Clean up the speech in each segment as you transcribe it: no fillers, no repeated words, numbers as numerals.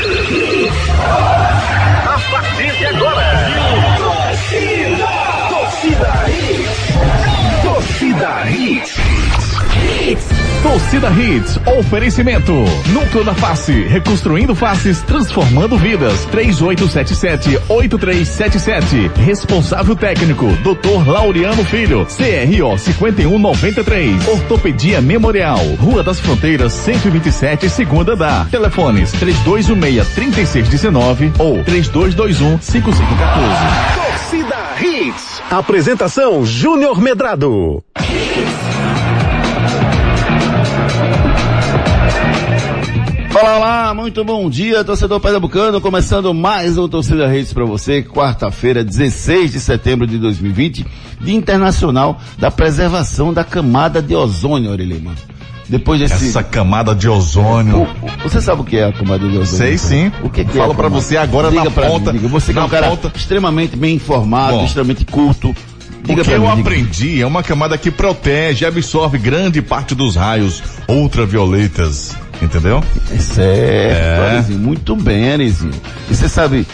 A partir de agora, Torcida Hits. Torcida Hits, oferecimento Núcleo da Face, reconstruindo faces, transformando vidas. 3877-8377. Responsável técnico, Dr. Laureano Filho, CRO 5193. Ortopedia Memorial, Rua das Fronteiras 127, segundo andar. Telefones 3216-3619 ou 3221-5514. Torcida Hits. Apresentação Júnior Medrado. Olá, muito bom dia, torcedor pernambucano, começando mais um Torcida Hits para você, quarta-feira, 16 de setembro de 2020, Dia Internacional da Preservação da Camada de Ozônio, Aurelima. Depois desse... Essa camada de ozônio. Você sabe o que é a camada de ozônio? Sei sim. O que Falo é pra você agora na ponta. Diga. Você que é um cara extremamente bem informado, extremamente culto. O que eu aprendi é uma camada que protege e absorve grande parte dos raios ultravioletas. Entendeu? Certo, Arizinho. Muito bem, Arizinho. E você sabe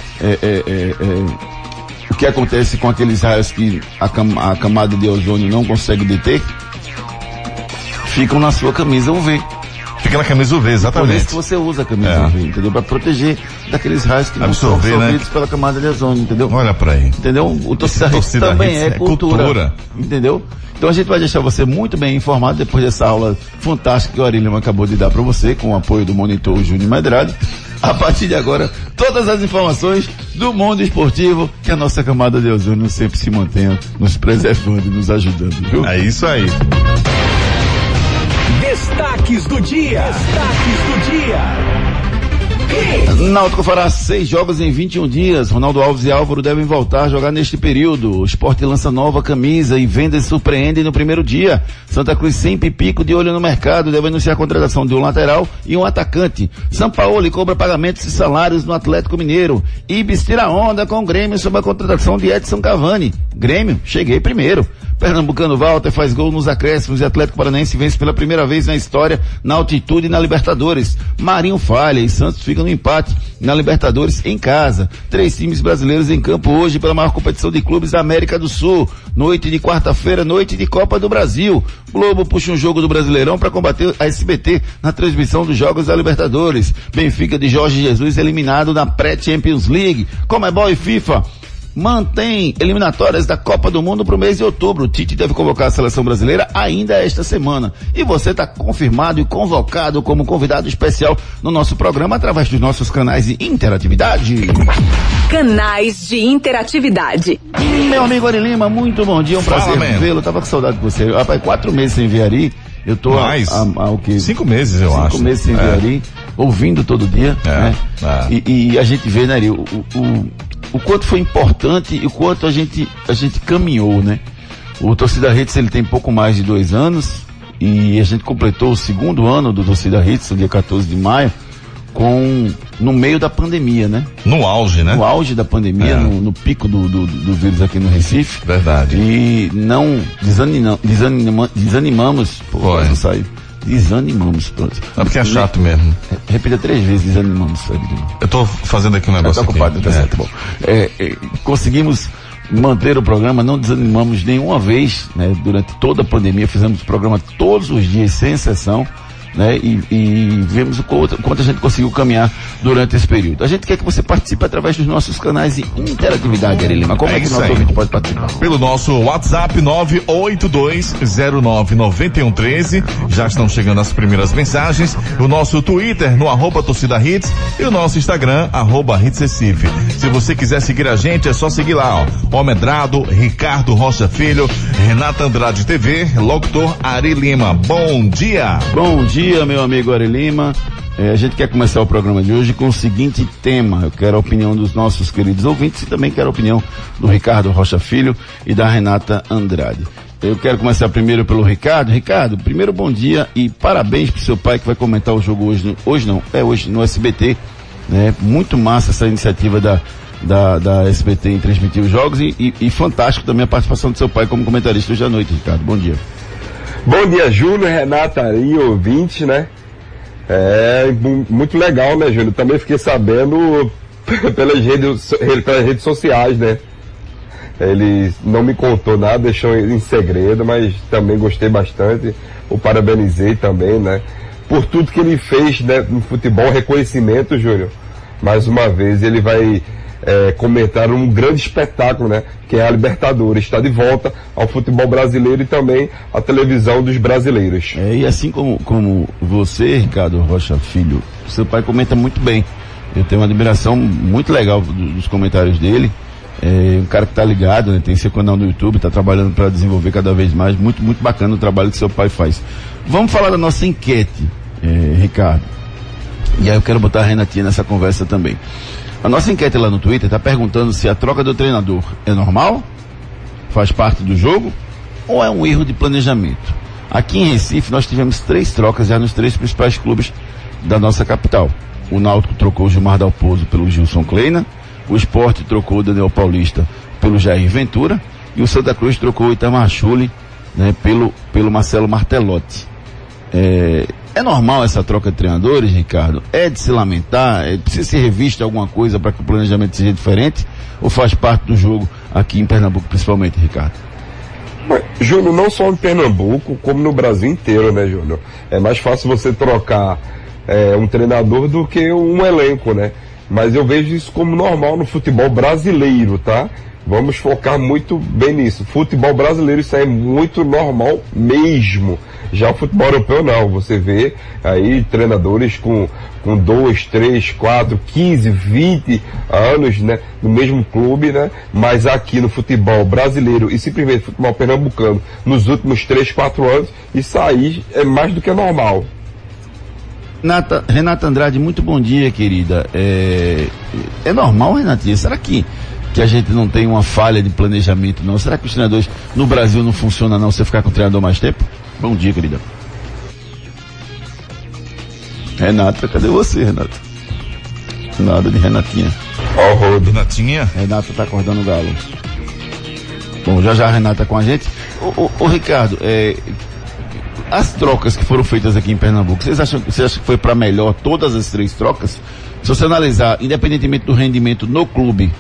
o que acontece com aqueles raios que a camada de ozônio não consegue deter? Ficam na sua camisa UV. Fica na camisa UV, exatamente. Por isso que você usa a camisa UV, entendeu? Para proteger daqueles raios que não são absorvidos, né, pela camada de ozônio, entendeu? Olha pra aí. Entendeu? O Torcida Hits também é cultura. Entendeu? Então a gente vai deixar você muito bem informado depois dessa aula fantástica que o Aurélio acabou de dar para você, com o apoio do monitor Júnior Medrado. A partir de agora, todas as informações do mundo esportivo, que a nossa camada de ozônio sempre se mantenha nos preservando e nos ajudando, viu? É isso aí. Destaques do dia. Náutico fará 6 jogos em 21 dias. Ronaldo Alves e Álvaro devem voltar a jogar neste período. O Sport lança nova camisa e vendas surpreendem no primeiro dia. Santa Cruz sem pipico, de olho no mercado, deve anunciar a contratação de um lateral e um atacante. Sampaoli cobra pagamentos e salários no Atlético Mineiro. Ibis tira onda com o Grêmio sobre a contratação de Edson Cavani. Grêmio, cheguei primeiro. Pernambucano Walter faz gol nos acréscimos e Atlético Paranaense vence pela primeira vez na história na altitude e na Libertadores. Marinho falha e Santos fica no empate na Libertadores em casa. 3 times brasileiros em campo hoje pela maior competição de clubes da América do Sul. Noite de quarta-feira, noite de Copa do Brasil. Globo puxa um jogo do Brasileirão para combater a SBT na transmissão dos jogos da Libertadores. Benfica de Jorge Jesus eliminado na pré-Champions League. Comebol e FIFA mantém eliminatórias da Copa do Mundo para o mês de outubro. O Tite deve convocar a seleção brasileira ainda esta semana. E você está confirmado e convocado como convidado especial no nosso programa através dos nossos canais de interatividade. Canais de interatividade. Meu amigo Ari Lima, muito bom dia, um prazer vê-lo. Tava com saudade de você. Rapaz, 4 meses sem vir Ari. Eu tô há o quê? 5 meses, eu acho. 5 meses sem vir Ari, ouvindo todo dia, né? E a gente vê, né, Ari, o quanto foi importante e o quanto a gente caminhou, né? O Torcida Hits, ele tem pouco mais de 2 anos e a gente completou o 2º ano do Torcida Hits, no dia 14 de maio, no meio da pandemia, né? No auge, né? No auge da pandemia, no pico do vírus aqui no Recife. Verdade. E não desanimamos, não saiu. Desanimamos, pronto. É porque é chato mesmo. Repita 3 vezes, desanimamos, sabe? Eu tô fazendo aqui um negócio aqui. Tá certo, bom. Conseguimos manter o programa, não desanimamos nenhuma vez, né? Durante toda a pandemia, fizemos o programa todos os dias, sem exceção, né? E vemos o quanto a gente conseguiu caminhar durante esse período. A gente quer que você participe através dos nossos canais de interatividade, Ari Lima. Como é que o nosso ouvinte pode participar? Pelo nosso WhatsApp 982099113. Já estão chegando as primeiras mensagens. O nosso Twitter no @Torcida Hits e o nosso Instagram @Hits Recife. Se você quiser seguir a gente, é só seguir lá, ó. Medrado, Ricardo Rocha Filho, Renata Andrade TV, locutor Ari Lima. Bom dia! Bom dia, meu amigo Ari Lima. A gente quer começar o programa de hoje com o seguinte tema. Eu quero a opinião dos nossos queridos ouvintes e também quero a opinião do Ricardo Rocha Filho e da Renata Andrade. Eu quero começar primeiro pelo Ricardo. Ricardo, primeiro bom dia e parabéns pro seu pai que vai comentar o jogo hoje no SBT, né? Muito massa essa iniciativa da SBT em transmitir os jogos e fantástico também a participação do seu pai como comentarista hoje à noite, Ricardo. Bom dia. Bom dia, Júnior, Renata e ouvinte, né? Muito legal, né, Júnior? Também fiquei sabendo pelas redes sociais, né? Ele não me contou nada, deixou em segredo, mas também gostei bastante. O parabenizei também, né? Por tudo que ele fez, né, no futebol, reconhecimento, Júnior. Mais uma vez ele vai comentar um grande espetáculo, né? Que é a Libertadores. Está de volta ao futebol brasileiro e também à televisão dos brasileiros. E assim como você, Ricardo Rocha Filho, seu pai comenta muito bem. Eu tenho uma admiração muito legal dos comentários dele. Um cara que tá ligado, né? Tem seu canal no YouTube, tá trabalhando para desenvolver cada vez mais. Muito, muito bacana o trabalho que seu pai faz. Vamos falar da nossa enquete, Ricardo. E aí eu quero botar a Renatinha nessa conversa também. A nossa enquete lá no Twitter está perguntando se a troca do treinador é normal, faz parte do jogo, ou é um erro de planejamento. Aqui em Recife nós tivemos 3 trocas já nos 3 principais clubes da nossa capital. O Náutico trocou o Gilmar Dalpozo pelo Gilson Kleina, o Sport trocou o Daniel Paulista pelo Jair Ventura e o Santa Cruz trocou o Itamar Schulli, né, pelo Marcelo Martelotti. É normal essa troca de treinadores, Ricardo? É de se lamentar? Precisa ser revista alguma coisa para que o planejamento seja diferente? Ou faz parte do jogo aqui em Pernambuco, principalmente, Ricardo? Mas, Júnior, não só em Pernambuco, como no Brasil inteiro, né, Júnior? É mais fácil você trocar um treinador do que um elenco, né? Mas eu vejo isso como normal no futebol brasileiro, tá? Vamos focar muito bem nisso. Futebol brasileiro, isso é muito normal mesmo. Já o futebol europeu não, você vê aí treinadores com 2, 3, 4, 15, 20 anos, né, no mesmo clube, né, mas aqui no futebol brasileiro e simplesmente futebol pernambucano, nos últimos 3, 4 anos, isso aí é mais do que normal. Renata Andrade, muito bom dia, querida. É normal, Renatinha? Será que a gente não tem uma falha de planejamento, não? Será que os treinadores no Brasil não funcionam, não, você ficar com o treinador mais tempo? Bom dia, querida. Renata, cadê você, Renata? Nada de Renatinha. Renatinha? Renata tá acordando o galo. Bom, já a Renata com a gente. Ô Ricardo, as trocas que foram feitas aqui em Pernambuco, você acha que foi para melhor todas as 3 trocas? Se você analisar, independentemente do rendimento no clube,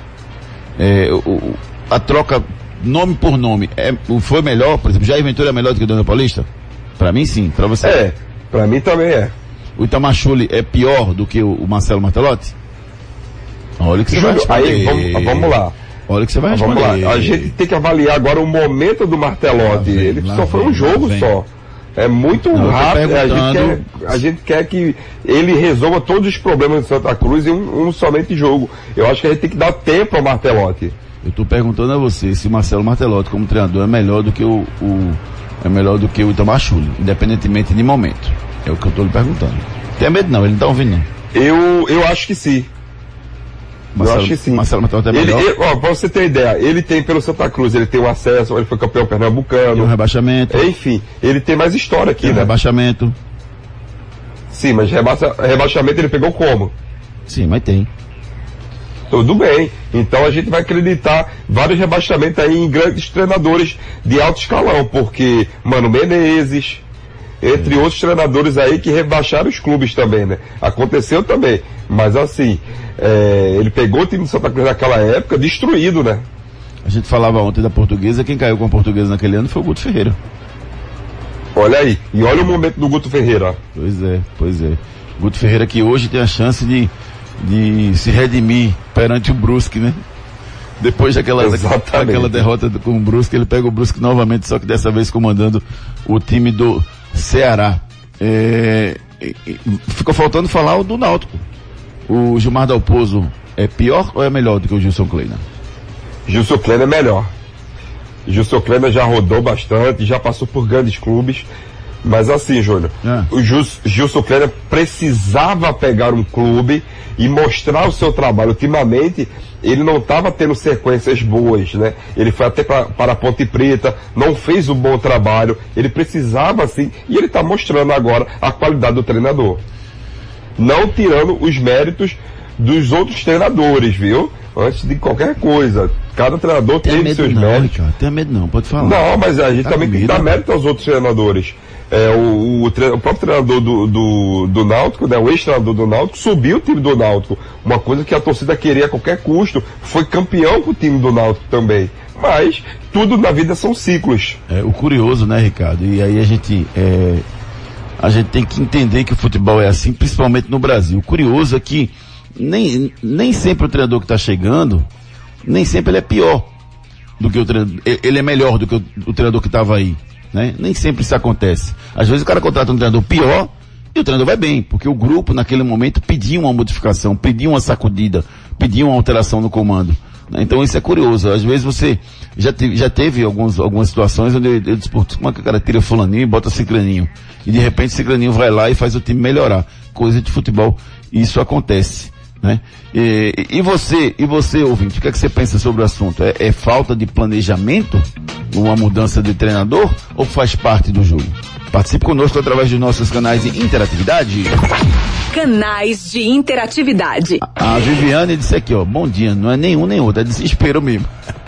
a troca nome por nome foi melhor? Por exemplo, Jair Ventura é melhor do que o Daniel Paulista? Para mim sim, para você? Para mim também é. O Itamar Schulli é pior do que o Marcelo Martelotti? Olha o que você vai responder. Aí, vamos lá. Olha o que você vai responder. Vamos lá. A gente tem que avaliar agora o momento do Martelotti. Ele só foi um jogo só. É muito rápido. A gente quer que ele resolva todos os problemas do Santa Cruz em um somente jogo. Eu acho que a gente tem que dar tempo ao Martelotti. Eu estou perguntando a você se o Marcelo Martelotti como treinador é melhor do que o Itamar Schulli, independentemente de momento. É o que eu estou lhe perguntando. Tem medo não, ele não está ouvindo não. Eu acho que sim. Eu acho que sim. Marcelo Martelotti é melhor. Pra você ter ideia, ele tem pelo Santa Cruz, ele tem o acesso, ele foi campeão pernambucano. E o rebaixamento. Enfim, ele tem mais história aqui, né? Rebaixamento. Sim, mas rebaixamento ele pegou como? Sim, mas tem. Tudo bem. Então a gente vai acreditar vários rebaixamentos aí em grandes treinadores de alto escalão, porque Mano Menezes, entre outros treinadores aí que rebaixaram os clubes também, né? Aconteceu também. Mas assim, ele pegou o time do Santa Cruz naquela época destruído, né? A gente falava ontem da Portuguesa, quem caiu com a Portuguesa naquele ano foi o Guto Ferreira. Olha aí, e olha o momento do Guto Ferreira. Pois é. Guto Ferreira que hoje tem a chance de se redimir perante o Brusque, né? Depois daquela derrota com o Brusque, ele pega o Brusque novamente, só que dessa vez comandando o time do Ceará. Ficou faltando falar o do Náutico. O Gilmar Dalpozo é pior ou é melhor do que o Gilson Kleina? Gilson Kleina é melhor. Gilson Kleina já rodou bastante, já passou por grandes clubes. Mas assim, Júnior, o Gilson Kleina precisava pegar um clube e mostrar o seu trabalho. Ultimamente, ele não estava tendo sequências boas, né? Ele foi até para a Ponte Preta, não fez um bom trabalho. Ele precisava, assim, e ele está mostrando agora a qualidade do treinador. Não tirando os méritos dos outros treinadores, viu? Antes de qualquer coisa. Cada treinador tem seus méritos. Não tenha medo não, pode falar. Não, mas a gente também tem que dar mérito aos outros treinadores. O próprio treinador do Náutico, né, o ex-treinador do Náutico, subiu o time do Náutico. Uma coisa que a torcida queria a qualquer custo. Foi campeão com o time do Náutico também. Mas tudo na vida são ciclos. O curioso, né, Ricardo? E aí a gente tem que entender que o futebol é assim, principalmente no Brasil. O curioso é que nem sempre o treinador que está chegando, nem sempre ele é pior do que o treinador. Ele é melhor do que o treinador que estava aí. Né? Nem sempre isso acontece. Às vezes o cara contrata um treinador pior e o treinador vai bem, porque o grupo naquele momento pedia uma modificação, pedia uma sacudida, pedia uma alteração no comando. Né? Então isso é curioso. Às vezes você já teve algumas situações onde eu disse, como é que o cara tira fulaninho e bota ciclaninho? E de repente ciclaninho vai lá e faz o time melhorar. Coisa de futebol. Isso acontece. Né? E você, ouvinte, o que é que você pensa sobre o assunto? É falta de planejamento, uma mudança de treinador, ou faz parte do jogo? Participe conosco através dos nossos canais de interatividade. Canais de interatividade. A Viviane disse aqui, bom dia, não é nenhum nem outro, é desespero mesmo.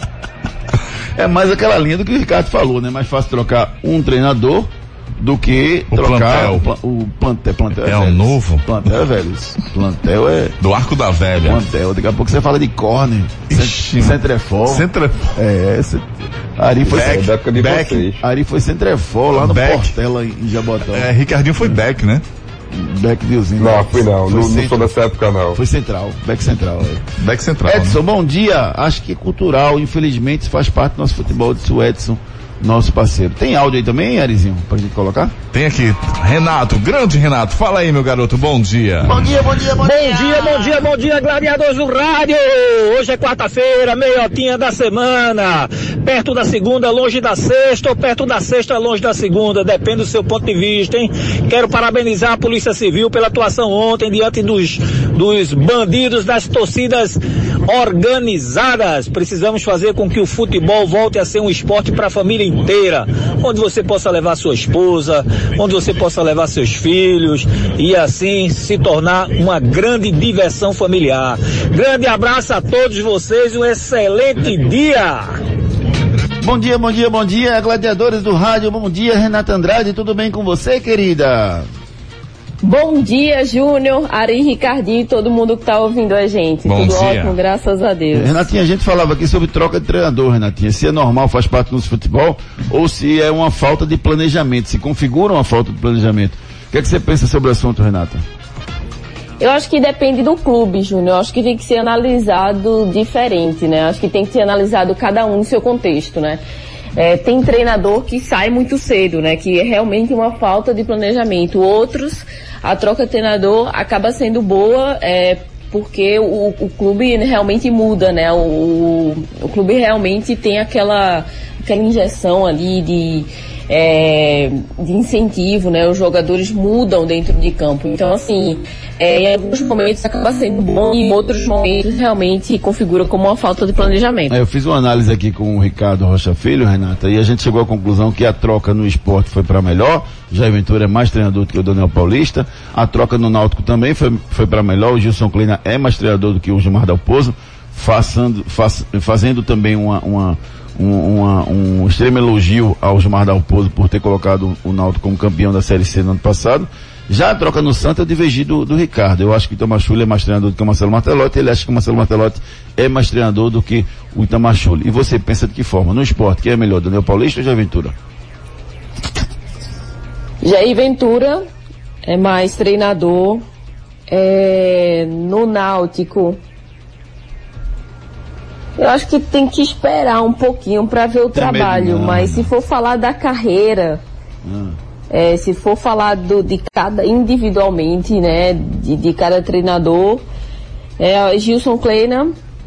É mais aquela linha do que o Ricardo falou, né? Mais fácil trocar um treinador do que trocar o plantel. É um novo? Plantel é velho. Plantel é... Do Arco da Velha. Plantel. Daqui a pouco você fala de corner, centrefol. Ari foi Ari foi centrefol lá no Portela em Jabotão. Ricardinho foi back, né? Back Diozinho. Não, fui não. Não sou dessa época, não. Foi central. Back central. Back central. Edson, né? Bom dia. Acho que é cultural. Infelizmente faz parte do nosso futebol, disse o Edson. Nosso parceiro. Tem áudio aí também, Arizinho, pra gente colocar? Tem aqui. Renato, grande Renato. Fala aí, meu garoto. Bom dia. Bom dia, gladiadores do rádio. Hoje é quarta-feira, meiotinha da semana. Perto da segunda, longe da sexta, ou perto da sexta, longe da segunda. Depende do seu ponto de vista, hein? Quero parabenizar a Polícia Civil pela atuação ontem diante dos bandidos das torcidas organizadas. Precisamos fazer com que o futebol volte a ser um esporte para a família inteira, onde você possa levar sua esposa, onde você possa levar seus filhos e assim se tornar uma grande diversão familiar. Grande abraço a todos vocês, um excelente dia! Bom dia, gladiadores do rádio, bom dia, Renata Andrade, tudo bem com você, querida? Bom dia, Júnior, Ari, Ricardinho e todo mundo que tá ouvindo a gente. Bom Tudo dia. ótimo, graças a Deus. Renatinha, a gente falava aqui sobre troca de treinador, Renatinha. Se é normal, faz parte do nosso futebol, ou se é uma falta de planejamento, se configura uma falta de planejamento. O que é que você pensa sobre o assunto, Renata? Eu acho que depende do clube, Júnior. Eu acho que tem que ser analisado diferente, né? Acho que tem que ser analisado cada um no seu contexto, né? Tem treinador que sai muito cedo, né? Que é realmente uma falta de planejamento. Outros, a troca de treinador acaba sendo boa, porque o clube realmente muda, né? O clube realmente tem aquela injeção ali de incentivo, né? Os jogadores mudam dentro de campo. Então, assim, em alguns momentos acaba sendo bom e em outros momentos realmente configura como uma falta de planejamento. Eu fiz uma análise aqui com o Ricardo Rocha Filho, Renata, e a gente chegou à conclusão que a troca no esporte foi para melhor. Jair Ventura é mais treinador do que o Daniel Paulista. A troca no Náutico também foi para melhor. O Gilson Kleina é mais treinador do que o Gilmar Dalpozo, fazendo também um extremo elogio ao Gilmar Dalpozo por ter colocado o Náutico como campeão da Série C no ano passado. Já a troca no Santa eu divergi do Ricardo. Eu acho que o Itamachule é mais treinador do que o Marcelo Martelotti. Ele acha que o Marcelo Martelotti é mais treinador do que o Itamachule. E você pensa de que forma? No esporte, quem é melhor, Daniel Paulista ou Jair Ventura? Jair Ventura é mais treinador. No Náutico, eu acho que tem que esperar um pouquinho para ver o trabalho, mas se for falar da carreira, se for falar de cada individualmente, né, de cada treinador, Gilson Kleina,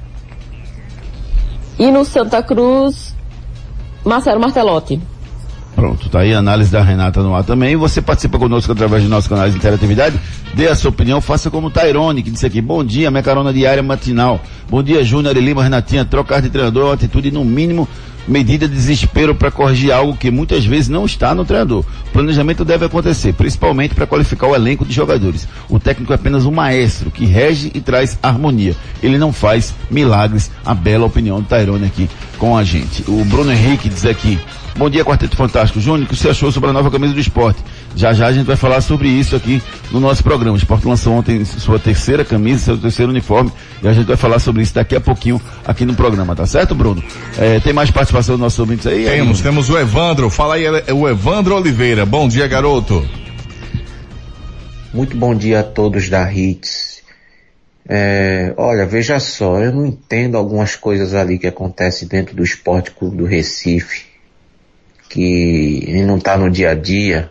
e no Santa Cruz, Marcelo Martelotti. Pronto, tá aí a análise da Renata no ar também. Você participa conosco através dos nossos canais de interatividade. Dê a sua opinião, faça como o Tairone, que disse aqui: bom dia, minha carona diária matinal. Bom dia, Júnior, Lima, Renatinha. Trocar de treinador é uma atitude, no mínimo, medida de desespero para corrigir algo que muitas vezes não está no treinador. O planejamento deve acontecer, principalmente para qualificar o elenco de jogadores. O técnico é apenas um maestro que rege e traz harmonia. Ele não faz milagres. A bela opinião do Tairone aqui com a gente. O Bruno Henrique diz aqui: Bom dia, Quarteto Fantástico. Júnior, o que você achou sobre a nova camisa do Sport? Já a gente vai falar sobre isso aqui no nosso programa. O Sport lançou ontem sua terceira camisa, seu terceiro uniforme, e a gente vai falar sobre isso daqui a pouquinho aqui no programa, tá certo, Bruno? Tem mais participação dos nossos ouvintes aí? Temos o Evandro. Fala aí, o Evandro Oliveira. Bom dia, garoto. Muito bom dia a todos da Hits. Olha, veja só, eu não entendo algumas coisas ali que acontecem dentro do Esporte Clube do Recife, que não está no dia a dia,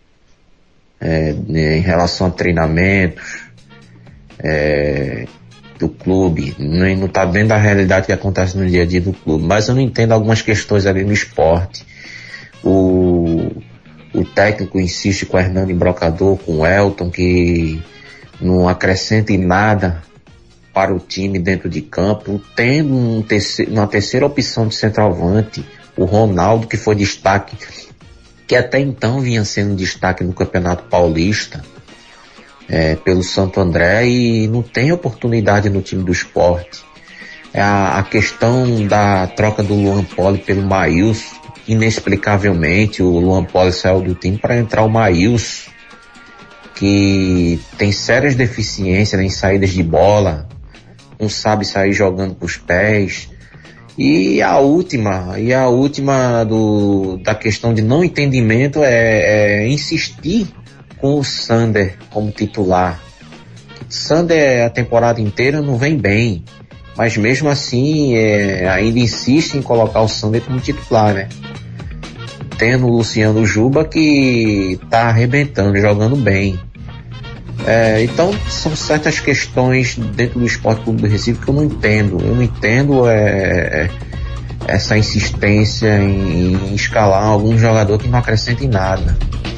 em relação a treinamentos do clube, não está dentro da realidade que acontece no dia a dia do clube, mas eu não entendo algumas questões ali no esporte. O técnico insiste com o Hernando Embrocador, com o Elton, que não acrescenta em nada para o time dentro de campo, tendo uma terceira opção de centroavante, o Ronaldo, que foi destaque, que até então vinha sendo destaque no Campeonato Paulista, pelo Santo André, e não tem oportunidade no time do Sport. A questão da troca do Luan Poli pelo Maílson, inexplicavelmente o Luan Poli saiu do time para entrar o Maílson, que tem sérias deficiências em saídas de bola, não sabe sair jogando com os pés. E a última da questão de não entendimento é insistir com o Sander como titular. O Sander a temporada inteira não vem bem, mas mesmo assim ainda insiste em colocar o Sander como titular, né? Tendo o Luciano Juba, que tá arrebentando, jogando bem. Então são certas questões dentro do Esporte Clube do Recife que eu não entendo. Eu não entendo essa insistência em escalar algum jogador que não acrescenta em nada.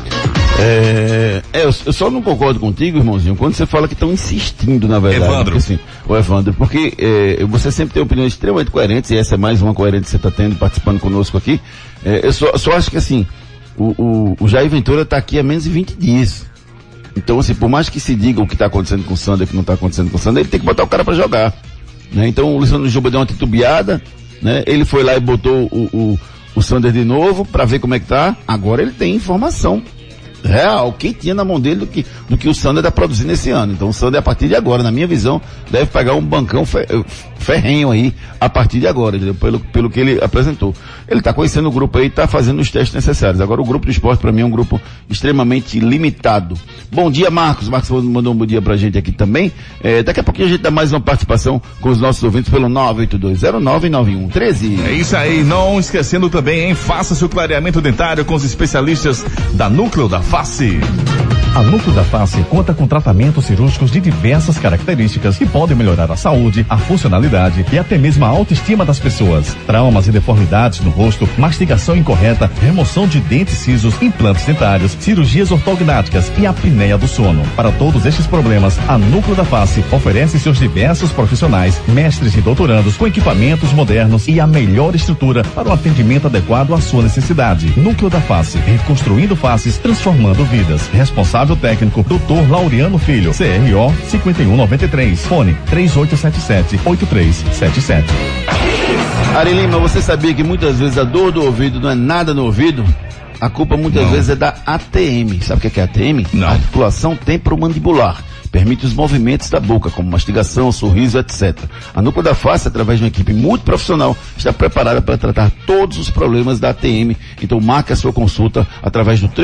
Eu só não concordo contigo, irmãozinho, quando você fala que estão insistindo, na verdade. Evandro. Porque, assim, o Evandro, porque você sempre tem opiniões extremamente coerentes, e essa é mais uma coerente que você está tendo, participando conosco aqui. Eu só acho que, assim, o Jair Ventura está aqui há menos de 20 dias. Então, assim, por mais que se diga o que está acontecendo com o Sander, que não está acontecendo com o Sander, ele tem que botar o cara para jogar, né? Então, o Luciano Juba deu uma titubeada, né? Ele foi lá e botou o Sander de novo para ver como é que tá. Agora ele tem informação real, quem tinha na mão dele do que o Sander está produzindo esse ano. Então o Sander, a partir de agora, na minha visão, deve pegar um bancão ferrenho aí, a partir de agora, entendeu? Pelo que ele apresentou. Ele está conhecendo o grupo aí, está fazendo os testes necessários. Agora o grupo do esporte, para mim, é um grupo extremamente limitado. Bom dia, Marcos. Marcos mandou um bom dia pra gente aqui também. Daqui a pouquinho a gente dá mais uma participação com os nossos ouvintes pelo 982099113. É isso aí, não esquecendo também, hein? Faça seu clareamento dentário com os especialistas da Núcleo da Face. A Núcleo da Face conta com tratamentos cirúrgicos de diversas características que podem melhorar a saúde, a funcionalidade e até mesmo a autoestima das pessoas. Traumas e deformidades no rosto, mastigação incorreta, remoção de dentes cisos, implantes dentários, cirurgias ortognáticas e apneia do sono. Para todos estes problemas, a Núcleo da Face oferece seus diversos profissionais, mestres e doutorandos com equipamentos modernos e a melhor estrutura para um atendimento adequado à sua necessidade. Núcleo da Face, reconstruindo faces, transformando vidas. Responsável técnico, Dr. Laureano Filho, CRO 5193, fone 3877-8377. Ari Lima, você sabia que muitas vezes a dor do ouvido não é nada no ouvido? A culpa muitas vezes é da ATM. Sabe o que é ATM? Não. Articulação temporomandibular. Permite os movimentos da boca, como mastigação, sorriso, etc. A Núcleo da Face, através de uma equipe muito profissional, está preparada para tratar todos os problemas da ATM. Então marque a sua consulta através do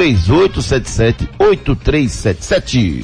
3877-8377.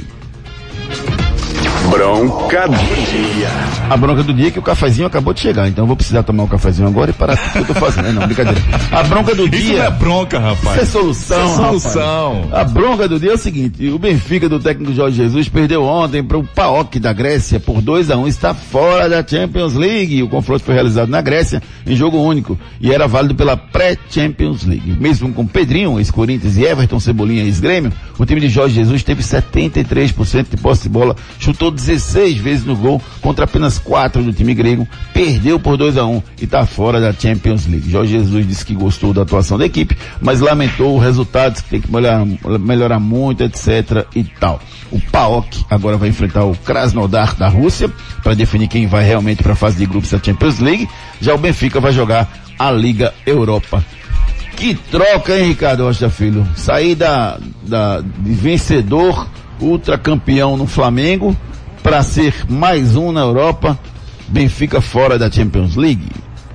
Bronca do dia. A bronca do dia é que o cafezinho acabou de chegar, então eu vou precisar tomar um cafezinho agora e parar tudo que eu tô fazendo. Não, brincadeira. A bronca do dia... Isso não é bronca, rapaz. Isso é solução, Isso é solução. Rapaz. A bronca do dia é o seguinte: o Benfica do técnico Jorge Jesus perdeu ontem para o PAOK da Grécia por 2-1, está fora da Champions League. O confronto foi realizado na Grécia em jogo único e era válido pela pré-Champions League. Mesmo com Pedrinho, ex-Corinthians, e Everton, Cebolinha, ex-Grêmio, o time de Jorge Jesus teve 73% de posse de bola, chutou 16 vezes no gol contra apenas 4 do time grego, perdeu por 2-1 e está fora da Champions League. Jorge Jesus disse que gostou da atuação da equipe, mas lamentou o resultado, que tem que melhorar muito, etc. e tal. O PAOK agora vai enfrentar o Krasnodar da Rússia para definir quem vai realmente para a fase de grupos da Champions League. Já o Benfica vai jogar a Liga Europa. Que troca, hein, Ricardo Rocha Filho? Sair de vencedor, ultracampeão no Flamengo, para ser mais um na Europa, Benfica fora da Champions League.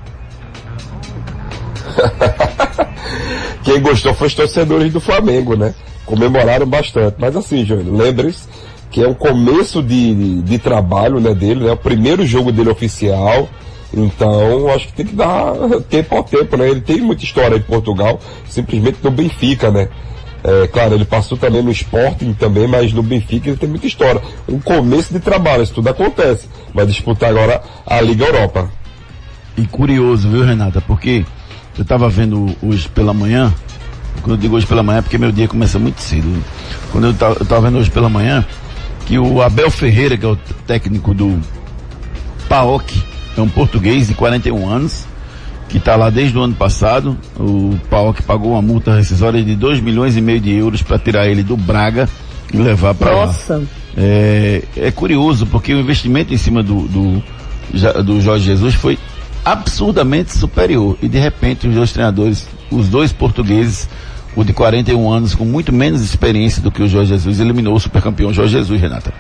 Quem gostou foi os torcedores do Flamengo, né? Comemoraram bastante. Mas assim, Júnior, lembre-se que é o começo de trabalho, né, dele, né? O primeiro jogo dele oficial. Então, acho que tem que dar tempo ao tempo, né? Ele tem muita história em Portugal, simplesmente no Benfica, né? Claro, ele passou também no Sporting também, mas no Benfica ele tem muita história. Um começo de trabalho, isso tudo acontece. Vai disputar agora a Liga Europa. E curioso, viu, Renata? Porque eu estava vendo hoje pela manhã, quando eu digo hoje pela manhã é porque meu dia começa muito cedo. Quando eu estava vendo hoje pela manhã, que o Abel Ferreira, que é o técnico do PAOK, é um português de 41 anos, que está lá desde o ano passado. O PAOK pagou uma multa rescisória de 2,5 milhões de euros para tirar ele do Braga e levar para lá. Nossa! É curioso, porque o investimento em cima do Jorge Jesus foi absurdamente superior. E de repente os dois treinadores, os dois portugueses, o de 41 anos, com muito menos experiência do que o Jorge Jesus, eliminou o supercampeão Jorge Jesus, Renata.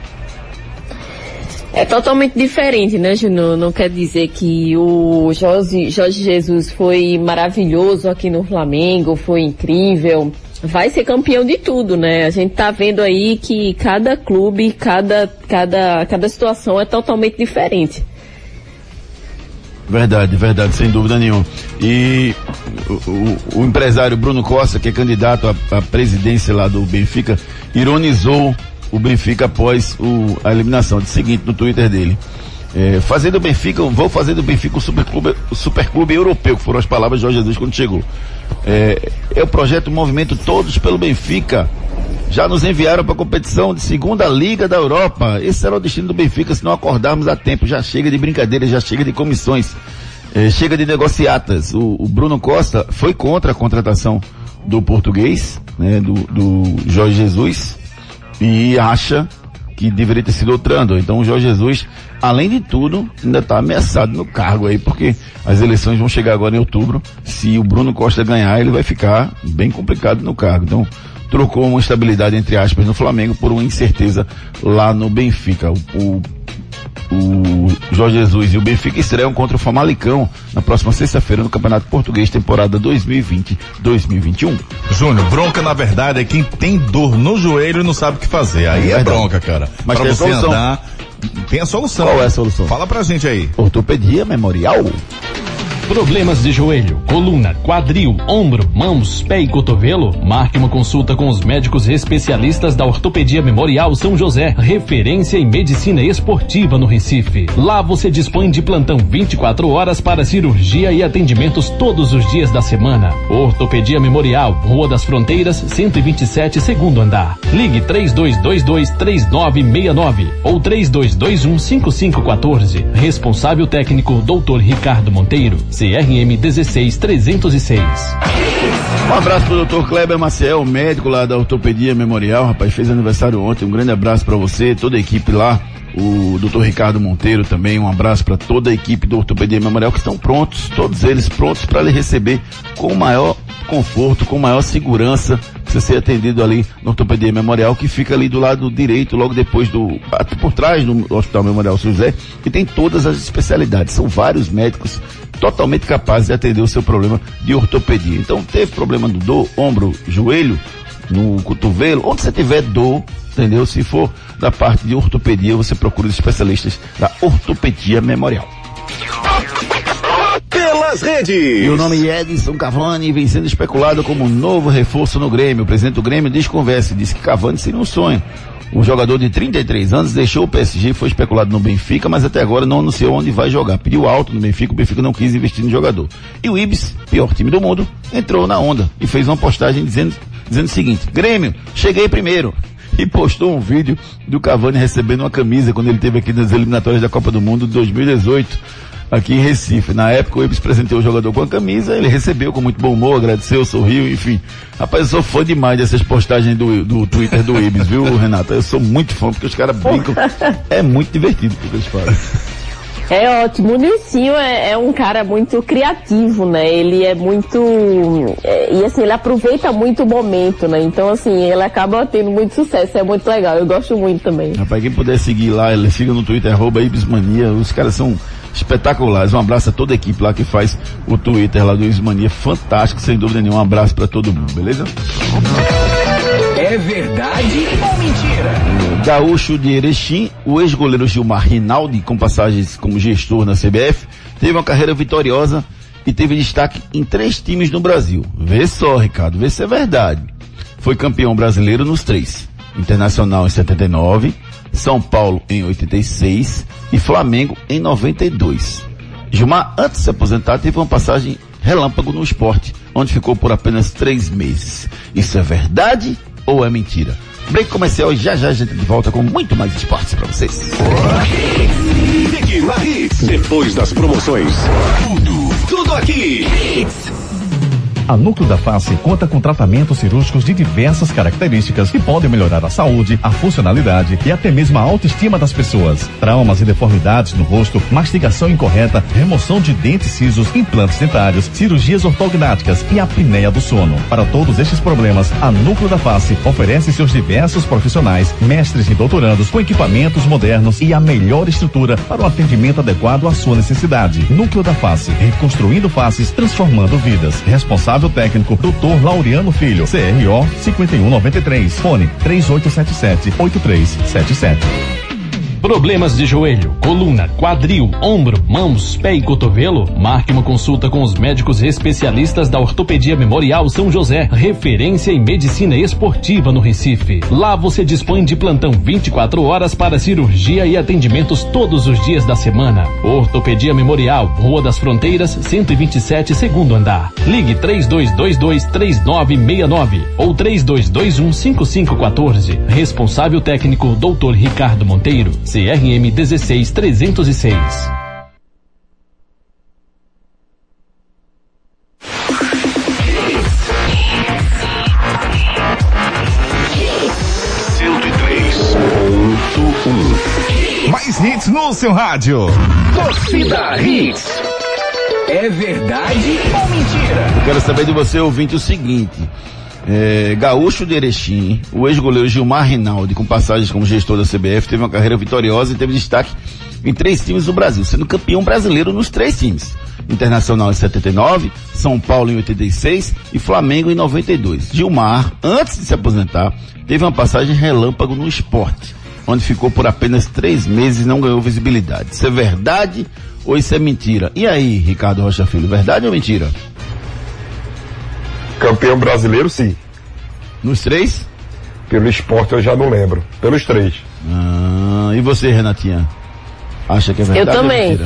É totalmente diferente, né, Júnior? Não quer dizer que o Jorge Jesus foi maravilhoso aqui no Flamengo, foi incrível. Vai ser campeão de tudo, né? A gente tá vendo aí que cada clube, cada situação é totalmente diferente. Verdade, sem dúvida nenhuma. E o empresário Bruno Costa, que é candidato à presidência lá do Benfica, ironizou o Benfica após a eliminação. Disse o seguinte no Twitter dele: vou fazer do Benfica o superclube europeu, que foram as palavras de Jorge Jesus quando chegou. É o projeto Movimento Todos pelo Benfica. Já nos enviaram para a competição de segunda Liga da Europa. Esse era o destino do Benfica se não acordarmos a tempo. Já chega de brincadeira, já chega de comissões, chega de negociatas. O Bruno Costa foi contra a contratação do português, né, do Jorge Jesus, e acha que deveria ter sido outro treinador. Então o Jorge Jesus, além de tudo, ainda está ameaçado no cargo aí, porque as eleições vão chegar agora em outubro. Se o Bruno Costa ganhar, ele vai ficar bem complicado no cargo. Então trocou uma estabilidade, entre aspas, no Flamengo por uma incerteza lá no Benfica. O Jorge Jesus e o Benfica estreiam contra o Famalicão na próxima sexta-feira no Campeonato Português, temporada 2020-2021. Júnior, bronca na verdade é quem tem dor no joelho e não sabe o que fazer. Aí é bronca, cara. Mas pra você andar, tem a solução. Qual é a solução? Fala pra gente aí. Ortopedia Memorial. Problemas de joelho, coluna, quadril, ombro, mãos, pé e cotovelo? Marque uma consulta com os médicos especialistas da Ortopedia Memorial São José, referência em medicina esportiva no Recife. Lá você dispõe de plantão 24 horas para cirurgia e atendimentos todos os dias da semana. Ortopedia Memorial, Rua das Fronteiras, 127, segundo andar. Ligue 3222-3969 ou 3221-5514. Responsável técnico, Dr. Ricardo Monteiro. CRM 16306. Um abraço pro Dr. Kleber Maciel, médico lá da Ortopedia Memorial, rapaz, fez aniversário ontem. Um grande abraço para você, toda a equipe lá, o Dr. Ricardo Monteiro também. Um abraço para toda a equipe do Ortopedia Memorial, que estão prontos, todos eles prontos para lhe receber com o maior conforto, com maior segurança, para você ser atendido ali no Ortopedia Memorial, que fica ali do lado direito, logo depois por trás do Hospital Memorial São José, que tem todas as especialidades. São vários médicos totalmente capazes de atender o seu problema de ortopedia. Então, teve problema do dor, ombro, joelho, no cotovelo, onde você tiver dor, entendeu? Se for da parte de ortopedia, você procura os especialistas da Ortopedia Memorial. Pelas redes. E o nome é Edinson Cavani, vem sendo especulado como novo reforço no Grêmio. O presidente do Grêmio desconversa e disse que Cavani seria um sonho. O jogador de 33 anos deixou o PSG, foi especulado no Benfica, mas até agora não anunciou onde vai jogar. Pediu alto no Benfica, o Benfica não quis investir no jogador. E o Ibis, pior time do mundo, entrou na onda e fez uma postagem dizendo o seguinte: Grêmio, cheguei primeiro. E postou um vídeo do Cavani recebendo uma camisa quando ele esteve aqui nas eliminatórias da Copa do Mundo de 2018. Aqui em Recife. Na época o Ibis presenteou o jogador com a camisa, ele recebeu com muito bom humor, agradeceu, sorriu, enfim. Rapaz, eu sou fã demais dessas postagens do Twitter do Ibis, viu, Renata? Eu sou muito fã, porque os caras brincam. É muito divertido o que eles fazem. É ótimo. O Nilcinho é um cara muito criativo, né? Ele é muito... e assim, ele aproveita muito o momento, né? Então, assim, ele acaba tendo muito sucesso. É muito legal. Eu gosto muito também. Rapaz, quem puder seguir lá, ele siga no Twitter, @Ibismania. Os caras são espetaculares. Um abraço a toda a equipe lá que faz o Twitter lá do Ibismania. Fantástico, sem dúvida nenhuma. Um abraço pra todo mundo, beleza? É verdade ou mentira? Gaúcho de Erechim, o ex-goleiro Gilmar Rinaldi, com passagens como gestor na CBF, teve uma carreira vitoriosa e teve destaque em 3 times no Brasil. Vê só, Ricardo, vê se é verdade. Foi campeão brasileiro nos 3. Internacional em 79, São Paulo em 86 e Flamengo em 92. Gilmar, antes de se aposentar, teve uma passagem relâmpago no Sport, onde ficou por apenas 3 meses. Isso é verdade ou é mentira? Break comercial e já a gente volta com muito mais esportes para vocês. Fique na Hits. Depois das promoções, tudo aqui. A Núcleo da Face conta com tratamentos cirúrgicos de diversas características que podem melhorar a saúde, a funcionalidade e até mesmo a autoestima das pessoas. Traumas e deformidades no rosto, mastigação incorreta, remoção de dentes cisos, implantes dentários, cirurgias ortognáticas e apneia do sono. Para todos estes problemas, a Núcleo da Face oferece seus diversos profissionais, mestres e doutorandos com equipamentos modernos e a melhor estrutura para o atendimento adequado à sua necessidade. Núcleo da Face, reconstruindo faces, transformando vidas. Responsável técnico, Dr. Laureano Filho, CRO 5193, fone 3877-8377. Problemas de joelho, coluna, quadril, ombro, mãos, pé e cotovelo? Marque uma consulta com os médicos especialistas da Ortopedia Memorial São José, referência em medicina esportiva no Recife. Lá você dispõe de plantão 24 horas para cirurgia e atendimentos todos os dias da semana. Ortopedia Memorial, Rua das Fronteiras, 127, segundo andar. Ligue 3222-3969 ou 3221-5514. Responsável técnico, Dr. Ricardo Monteiro. CRM 16306. Mais hits no seu rádio. Torcida Hits. É verdade ou mentira? Eu quero saber de você, ouvinte, o seguinte. Gaúcho de Erechim, o ex-goleiro Gilmar Rinaldi, com passagens como gestor da CBF, teve uma carreira vitoriosa e teve destaque em 3 times do Brasil, sendo campeão brasileiro nos 3 times. Internacional em 79, São Paulo em 86 e Flamengo em 92. Gilmar, antes de se aposentar, teve uma passagem relâmpago no Sport, onde ficou por apenas 3 meses e não ganhou visibilidade. Isso é verdade ou isso é mentira? E aí, Ricardo Rocha Filho, verdade ou mentira? Campeão brasileiro, sim. Nos 3? Pelo Sport eu já não lembro. Pelos 3. E você, Renatinha? Acha que é verdade? Eu também. Ou mentira?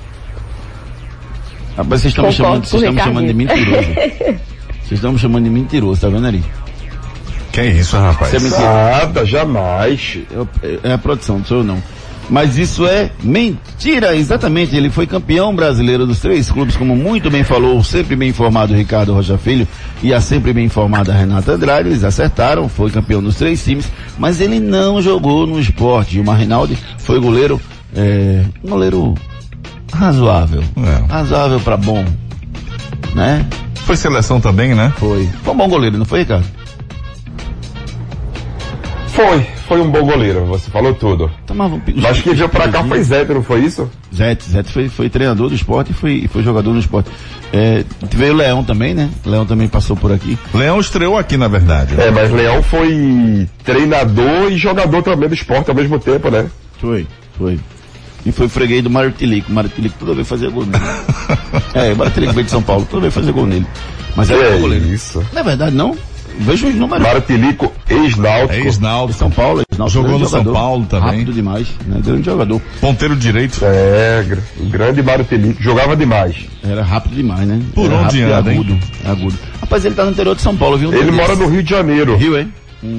Rapaz, vocês estão me chamando de mentiroso. Vocês estão me chamando de mentiroso, tá vendo ali? Que é isso, rapaz? Isso é mentira. Nada, jamais. É a produção, não sou eu não. Mas isso é mentira, exatamente. Ele foi campeão brasileiro dos 3 clubes, como muito bem falou, sempre bem informado Ricardo Rocha Filho e a sempre bem informada Renata Andrade. Eles acertaram, foi campeão dos 3 times, mas ele não jogou no Sport. Gilmar Rinaldi foi goleiro, um goleiro razoável. Razoável pra bom, né? Foi seleção também, né? Foi um bom goleiro, não foi, Ricardo? Foi um bom goleiro, você falou tudo. Acho que veio pra cá foi Zete, não foi isso? Zete foi treinador do Sport e foi jogador no Sport. Veio o Leão também, né? Leão também passou por aqui. Leão estreou aqui, na verdade. Mas Leão foi treinador e jogador também do Sport ao mesmo tempo, né? Foi. E foi freguês do Mário Tilico. O Mário Tilico toda vez fazia gol nele. O Mário Tilico veio de São Paulo, toda vez fazia gol nele. Mas era bom goleiro. Isso. Não é verdade, não? Veja os números. Mário Tilico, ex-náutico. Ex-náutico. São Paulo, jogou no São Paulo também. Rápido demais, né? Grande jogador. Ponteiro direito. Grande Mário Tilico. Jogava demais. Era rápido demais, né? Por onde anda, hein? Agudo. Rapaz, ele tá no interior de São Paulo, viu? Ele mora no Rio de Janeiro. Rio, hein?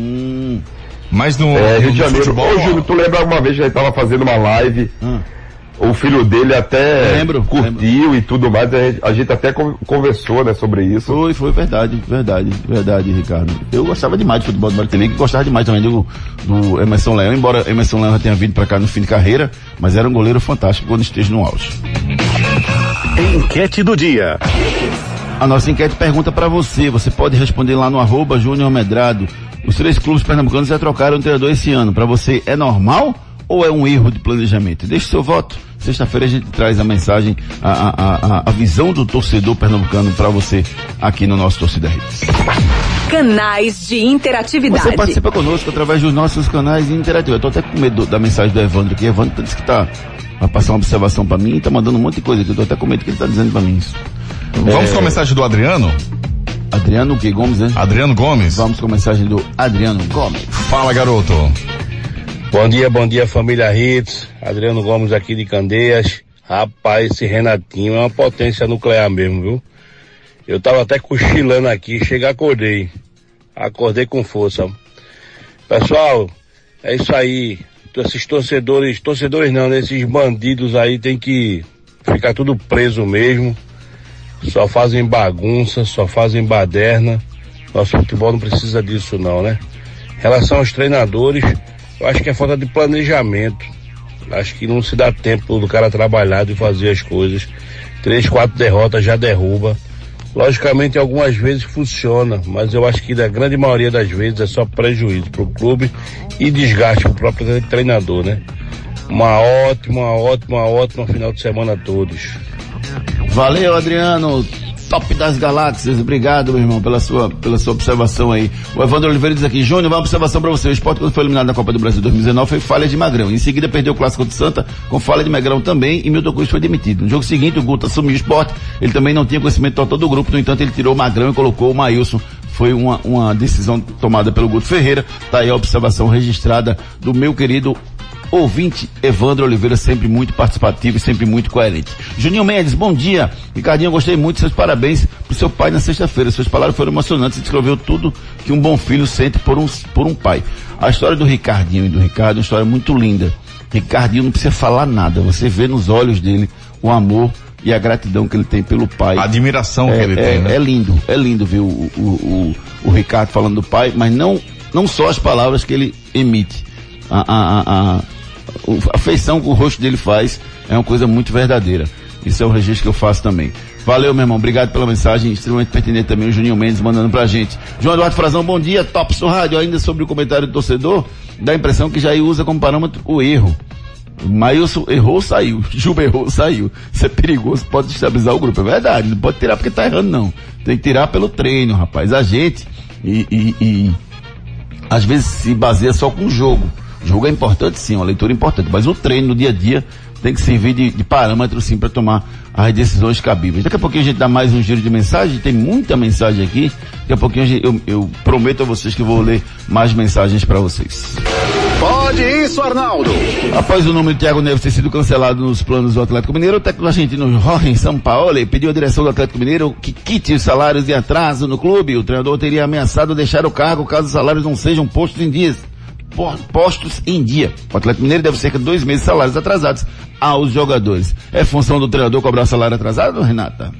Mas no Rio de Janeiro. Futebol, Ô, Júlio, tu lembra uma vez que a gente tava fazendo uma live O filho dele até curtiu e tudo mais, a gente até conversou, né, sobre isso. Foi verdade, Ricardo. Eu gostava demais de futebol do Martinelli, gostava demais também do Emerson Leão, embora Emerson Leão já tenha vindo pra cá no fim de carreira, mas era um goleiro fantástico quando esteja no auge. Enquete do dia. A nossa enquete pergunta pra você pode responder lá no @Júnior Medrado. Os 3 clubes pernambucanos já trocaram o treinador esse ano. Pra você é normal ou é um erro de planejamento? Deixe seu voto. Sexta-feira a gente traz a mensagem, a visão do torcedor pernambucano para você aqui no nosso Torcida Hits. Canais de interatividade. Você participa conosco através dos nossos canais interativos. Eu tô até com medo da mensagem do Evandro aqui. Evandro disse que vai passar uma observação para mim e tá mandando um monte de coisa aqui. Eu tô até com medo que ele tá dizendo para mim isso. Vamos com a mensagem do Adriano? Adriano o quê? Gomes, né? Adriano Gomes. Vamos com a mensagem do Adriano Gomes. Fala, garoto. Bom dia, família Hits. Adriano Gomes aqui de Candeias. Rapaz, esse Renatinho é uma potência nuclear mesmo, viu? Eu tava até cochilando aqui, acordei com força. Pessoal, é isso aí. Esses torcedores não, né? Esses bandidos aí tem que ficar tudo preso mesmo. Só fazem bagunça, só fazem baderna. Nosso futebol não precisa disso não, né? Em relação aos treinadores, eu acho que é falta de planejamento. Acho que não se dá tempo do cara trabalhar e fazer as coisas. 3, 4 derrotas já derruba. Logicamente, algumas vezes funciona, mas eu acho que da grande maioria das vezes é só prejuízo para o clube e desgaste para o próprio treinador, né? Uma ótima final de semana a todos. Valeu, Adriano. Top das galáxias, obrigado, meu irmão, pela sua observação aí. O Evandro Oliveira diz aqui: Júnior, uma observação pra você. O Sport, quando foi eliminado na Copa do Brasil 2019, foi falha de Magrão. Em seguida, perdeu o Clássico do Santa com falha de Magrão também, e Milton Cruz foi demitido. No jogo seguinte, o Guto assumiu o Sport. Ele também não tinha conhecimento total do grupo, no entanto, ele tirou o Magrão e colocou o Maílson. Foi uma decisão tomada pelo Guto Ferreira. Tá aí a observação registrada do meu querido ouvinte Evandro Oliveira, sempre muito participativo e sempre muito coerente. Juninho Mendes, bom dia. Ricardinho, eu gostei muito, seus parabéns pro seu pai na sexta-feira. Suas palavras foram emocionantes e descreveu tudo que um bom filho sente por um pai. A história do Ricardinho e do Ricardo é uma história muito linda. Ricardinho não precisa falar nada, você vê nos olhos dele o amor e a gratidão que ele tem pelo pai. A admiração que ele tem, né? É lindo ver o Ricardo falando do pai, mas não só as palavras que ele emite. A feição que o rosto dele faz é uma coisa muito verdadeira. Isso é o registro que eu faço também. Valeu, meu irmão. Obrigado pela mensagem, extremamente pertinente também. O Juninho Mendes mandando pra gente. João Eduardo Frazão, bom dia. Tops no rádio. Ainda sobre o comentário do torcedor, dá a impressão que Jair usa como parâmetro o erro. Maílson errou, saiu. Juba errou, saiu. Isso é perigoso, pode destabilizar o grupo. É verdade, não pode tirar porque tá errando, não. Tem que tirar pelo treino, rapaz. A gente às vezes se baseia só com o jogo. O jogo é importante, sim, uma leitura importante, mas o treino no dia a dia tem que servir de parâmetro, sim, para tomar as decisões cabíveis. Daqui a pouquinho a gente dá mais um giro de mensagem, tem muita mensagem aqui. Daqui a pouquinho eu prometo a vocês que eu vou ler mais mensagens para vocês. Pode isso, Arnaldo. Após o nome de Thiago Neves ter sido cancelado nos planos do Atlético Mineiro, o técnico argentino Jorge Sampaoli pediu à direção do Atlético Mineiro que quite os salários de atraso no clube. O treinador teria ameaçado deixar o cargo caso os salários não sejam postos em dia. O Atlético Mineiro deve cerca de 2 meses de salários atrasados aos jogadores. É função do treinador cobrar salário atrasado, Renata?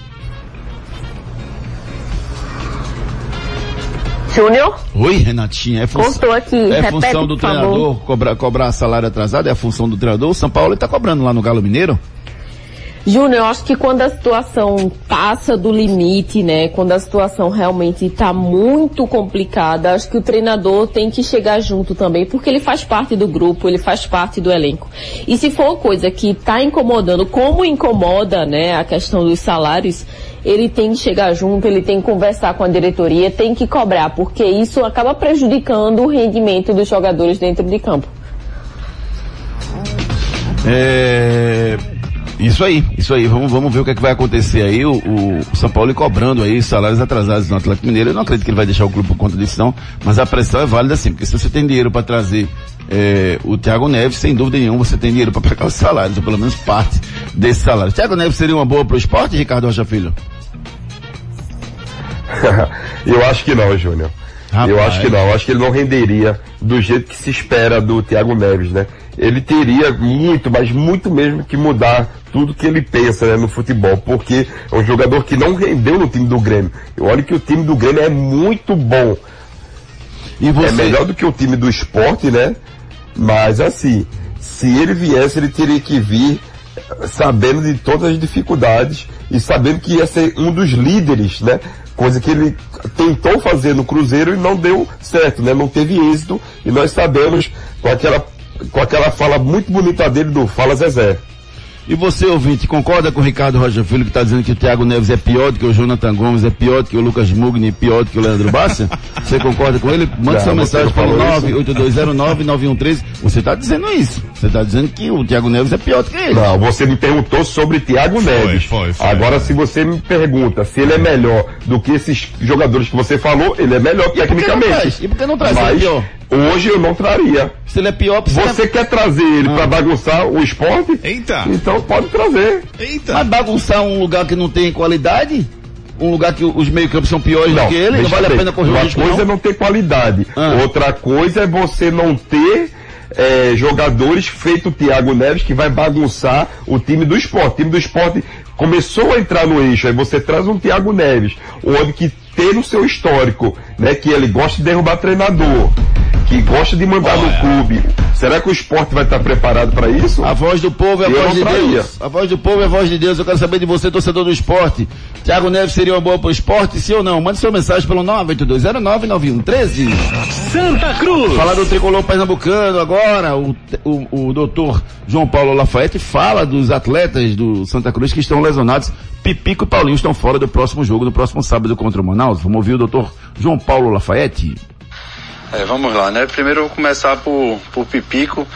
Júnior? Oi, Renatinha. É Cortou aqui. É Repete, função do treinador cobrar salário atrasado? É a função do treinador? O São Paulo está cobrando lá no Galo Mineiro? Júnior, eu acho que quando a situação passa do limite, né, quando a situação realmente está muito complicada, acho que o treinador tem que chegar junto também, porque ele faz parte do grupo, ele faz parte do elenco. E se for coisa que está incomodando, como incomoda, né, a questão dos salários, ele tem que chegar junto, ele tem que conversar com a diretoria, tem que cobrar, porque isso acaba prejudicando o rendimento dos jogadores dentro de campo. Isso aí. Vamos ver o que é que vai acontecer aí. O São Paulo cobrando aí salários atrasados no Atlético Mineiro. Eu não acredito que ele vai deixar o clube por conta disso, não. Mas a pressão é válida sim, porque se você tem dinheiro para trazer o Thiago Neves, sem dúvida nenhuma você tem dinheiro para pagar os salários, ou pelo menos parte desses salários. Thiago Neves seria uma boa pro esporte, Ricardo Rocha Filho? Eu acho que não, Júnior. Eu acho que não. Eu acho que ele não renderia do jeito que se espera do Thiago Neves, né? ele teria muito, mas muito mesmo que mudar tudo que ele pensa, né, no futebol, porque é um jogador que não rendeu no time do Grêmio. Eu olho que o time do Grêmio é muito bom. E você... É melhor do que o time do Sport, né? Mas assim, se ele viesse, ele teria que vir sabendo de todas as dificuldades e sabendo que ia ser um dos líderes, né? Coisa que ele tentou fazer no Cruzeiro e não deu certo, né? Não teve êxito, e nós sabemos com aquela fala muito bonita dele do Fala Zezé. E você, ouvinte, concorda com o Ricardo Rocha Filho, que está dizendo que o Thiago Neves é pior do que o Jonathan Gomes, é pior do que o Lucas Mugni, pior do que o Leandro Bassa? Você concorda com ele? Manda sua mensagem para o 982099113. Você está dizendo isso. Você está dizendo que o Thiago Neves é pior do que ele. Não, você me perguntou sobre Thiago Neves. Foi. Agora, se você me pergunta se ele é melhor do que esses jogadores que você falou, ele é melhor tecnicamente. E por que não traz? Mas hoje eu não traria. Se ele é pior, você quer trazer ele para bagunçar o esporte? Eita! Então pode trazer. Eita! Mas bagunçar um lugar que não tem qualidade? Um lugar que os meio-campos são piores do que ele? Não vale a pena correr o risco, Uma coisa é não ter qualidade. Outra coisa é você não ter jogadores feito o Thiago Neves, que vai bagunçar o time do esporte. O time do esporte começou a entrar no eixo, aí você traz um Thiago Neves, onde que tem no seu histórico, né, que ele gosta de derrubar treinador, que gosta de mandar no clube. Será que o esporte vai estar preparado para isso? A voz do povo é a voz de Deus. A voz do povo é a voz de Deus. Eu quero saber de você, torcedor do esporte. Thiago Neves seria uma boa para o esporte, sim ou não? Mande sua mensagem pelo 982099113. Santa Cruz. Falar do tricolor pernambucano agora. O doutor João Paulo Lafayette fala dos atletas do Santa Cruz que estão lesionados. Pipico e Paulinho estão fora do próximo jogo, no próximo sábado contra o Manaus. Vamos ouvir o doutor João Paulo Lafayette. Vamos lá, né? Primeiro eu vou começar por Pipico,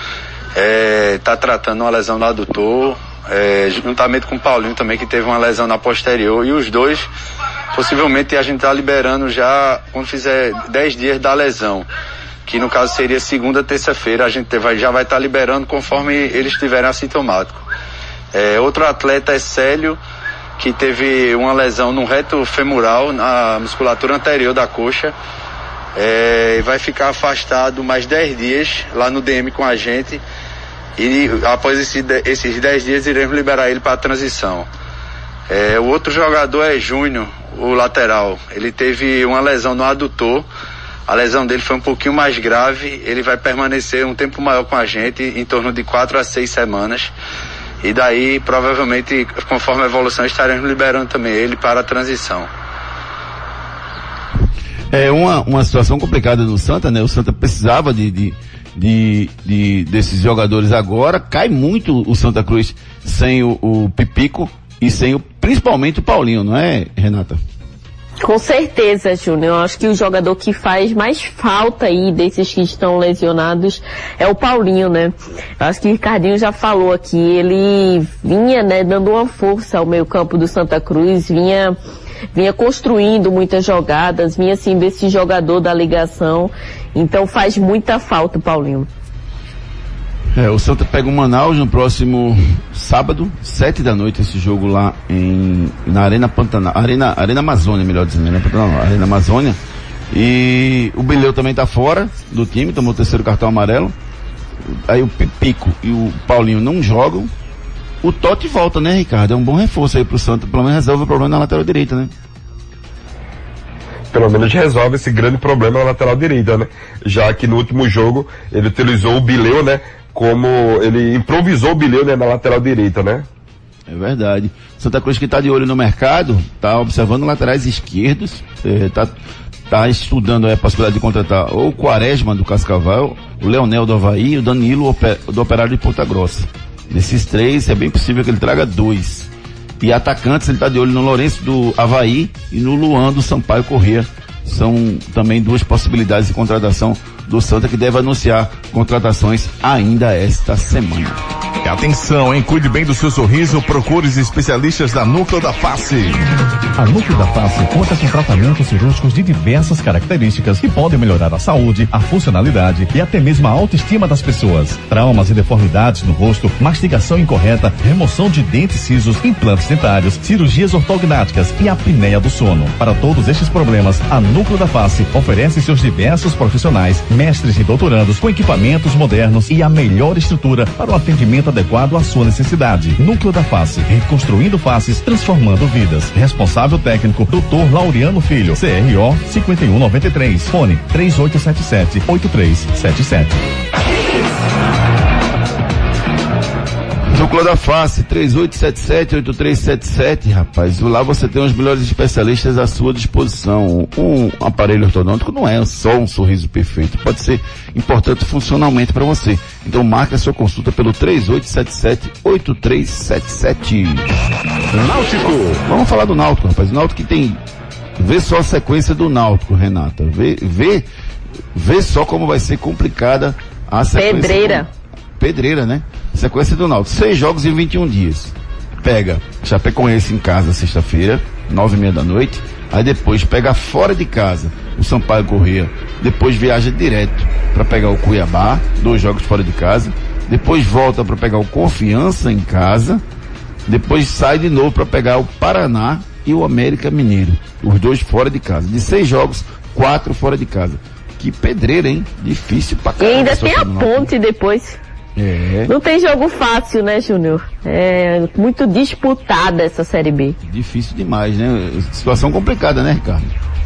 tá tratando uma lesão no adutor, juntamente com o Paulinho também, que teve uma lesão na posterior, e os dois, possivelmente a gente tá liberando já, quando fizer 10 dias da lesão, que no caso seria segunda, terça-feira, a gente já vai estar liberando conforme eles estiverem assintomáticos. Outro atleta é Célio, que teve uma lesão no reto femoral, na musculatura anterior da coxa, vai ficar afastado mais 10 dias lá no DM com a gente, e após esses 10 dias iremos liberar ele para a transição. O outro jogador é Júnior, o lateral. Ele teve uma lesão no adutor, a lesão dele foi um pouquinho mais grave, ele vai permanecer um tempo maior com a gente, em torno de 4 a 6 semanas, e daí provavelmente, conforme a evolução, estaremos liberando também ele para a transição. É uma situação complicada no Santa, né? O Santa precisava desses jogadores agora. Cai muito o Santa Cruz sem o Pipico e sem principalmente o Paulinho, não é, Renata? Com certeza, Júnior. Eu acho que o jogador que faz mais falta aí desses que estão lesionados é o Paulinho, né? Eu acho que o Ricardinho já falou aqui, ele vinha, né, dando uma força ao meio-campo do Santa Cruz, vinha construindo muitas jogadas, vinha assim desse jogador da ligação, então faz muita falta o Paulinho. O Santa pega o Manaus no próximo sábado, 7 da noite, esse jogo lá na Arena Pantanal, Arena Amazônia, melhor dizendo, Arena Amazônia, e o Bileu também tá fora do time, tomou o 3º cartão amarelo, aí o Pipico e o Paulinho não jogam. O Totti volta, né, Ricardo? É um bom reforço aí pro Santa, pelo menos resolve o problema na lateral direita, né? Pelo menos resolve esse grande problema na lateral direita, né? Já que no último jogo ele utilizou o Bileu, né? Como ele improvisou o Bileu, né, na lateral direita, né? É verdade. Santa Cruz, que tá de olho no mercado, tá observando laterais esquerdos, tá estudando a possibilidade de contratar ou o Quaresma do Cascavel, o Leonel do Avaí e o Danilo do Operário de Ponta Grossa. Desses 3, é bem possível que ele traga 2. E atacantes, ele está de olho no Lourenço do Avaí e no Luan do Sampaio Corrêa. São também 2 possibilidades de contratação do Santa, que deve anunciar contratações ainda esta semana. E atenção, hein? Cuide bem do seu sorriso, procure os especialistas da Núcleo da Face. A Núcleo da Face conta com tratamentos cirúrgicos de diversas características que podem melhorar a saúde, a funcionalidade e até mesmo a autoestima das pessoas. Traumas e deformidades no rosto, mastigação incorreta, remoção de dentes cisos, implantes dentários, cirurgias ortognáticas e apneia do sono. Para todos estes problemas, a Núcleo da Face oferece seus diversos profissionais, mestres e doutorandos com equipamentos modernos e a melhor estrutura para o atendimento adequado à sua necessidade. Núcleo da Face, reconstruindo faces, transformando vidas. Responsável técnico, Dr. Laureano Filho, CRO 5193, fone 3877-8377. Núcleo da Face, 3877-8377, rapaz. Lá você tem os melhores especialistas à sua disposição. Um aparelho ortodôntico não é só um sorriso perfeito. Pode ser importante funcionalmente para você. Então marque a sua consulta pelo 3877-8377. Náutico. Vamos falar do Náutico, rapaz. O Náutico que tem... Vê só a sequência do Náutico, Renata. Vê só como vai ser complicada a sequência. Pedreira, né? Sequência do Náutico. 6 jogos em 21 dias. Pega Chapecoense em casa sexta-feira, 9h30 da noite. Aí depois pega fora de casa o Sampaio Corrêa. Depois viaja direto para pegar o Cuiabá, 2 jogos fora de casa. Depois volta para pegar o Confiança em casa. Depois sai de novo para pegar o Paraná e o América Mineiro. Os 2 fora de casa. De 6 jogos, 4 fora de casa. Que pedreira, hein? Difícil pra caramba. E ainda tem a Ponte depois. É. Não tem jogo fácil, né, Júnior? É muito disputada essa Série B. Difícil demais, né? Situação complicada, né, Ricardo?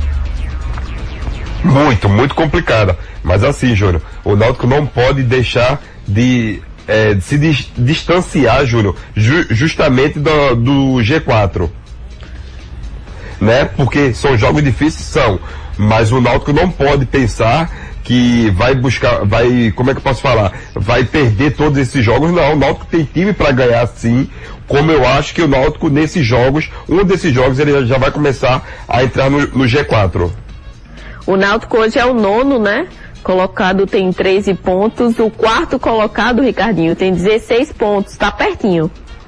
Muito complicada. Mas assim, Júnior, o Náutico não pode deixar de se distanciar, Júnior, justamente do G4. Né? Porque são jogos difíceis, são. Mas o Náutico não pode pensar que vai como é que eu posso falar? Vai perder todos esses jogos. Não, o Náutico tem time para ganhar sim, como eu acho que o Náutico nesses jogos, um desses jogos ele já vai começar a entrar no G4. O Náutico hoje é o 9º, né? Colocado tem 13 pontos, o 4º colocado, Ricardinho, tem 16 pontos, tá pertinho.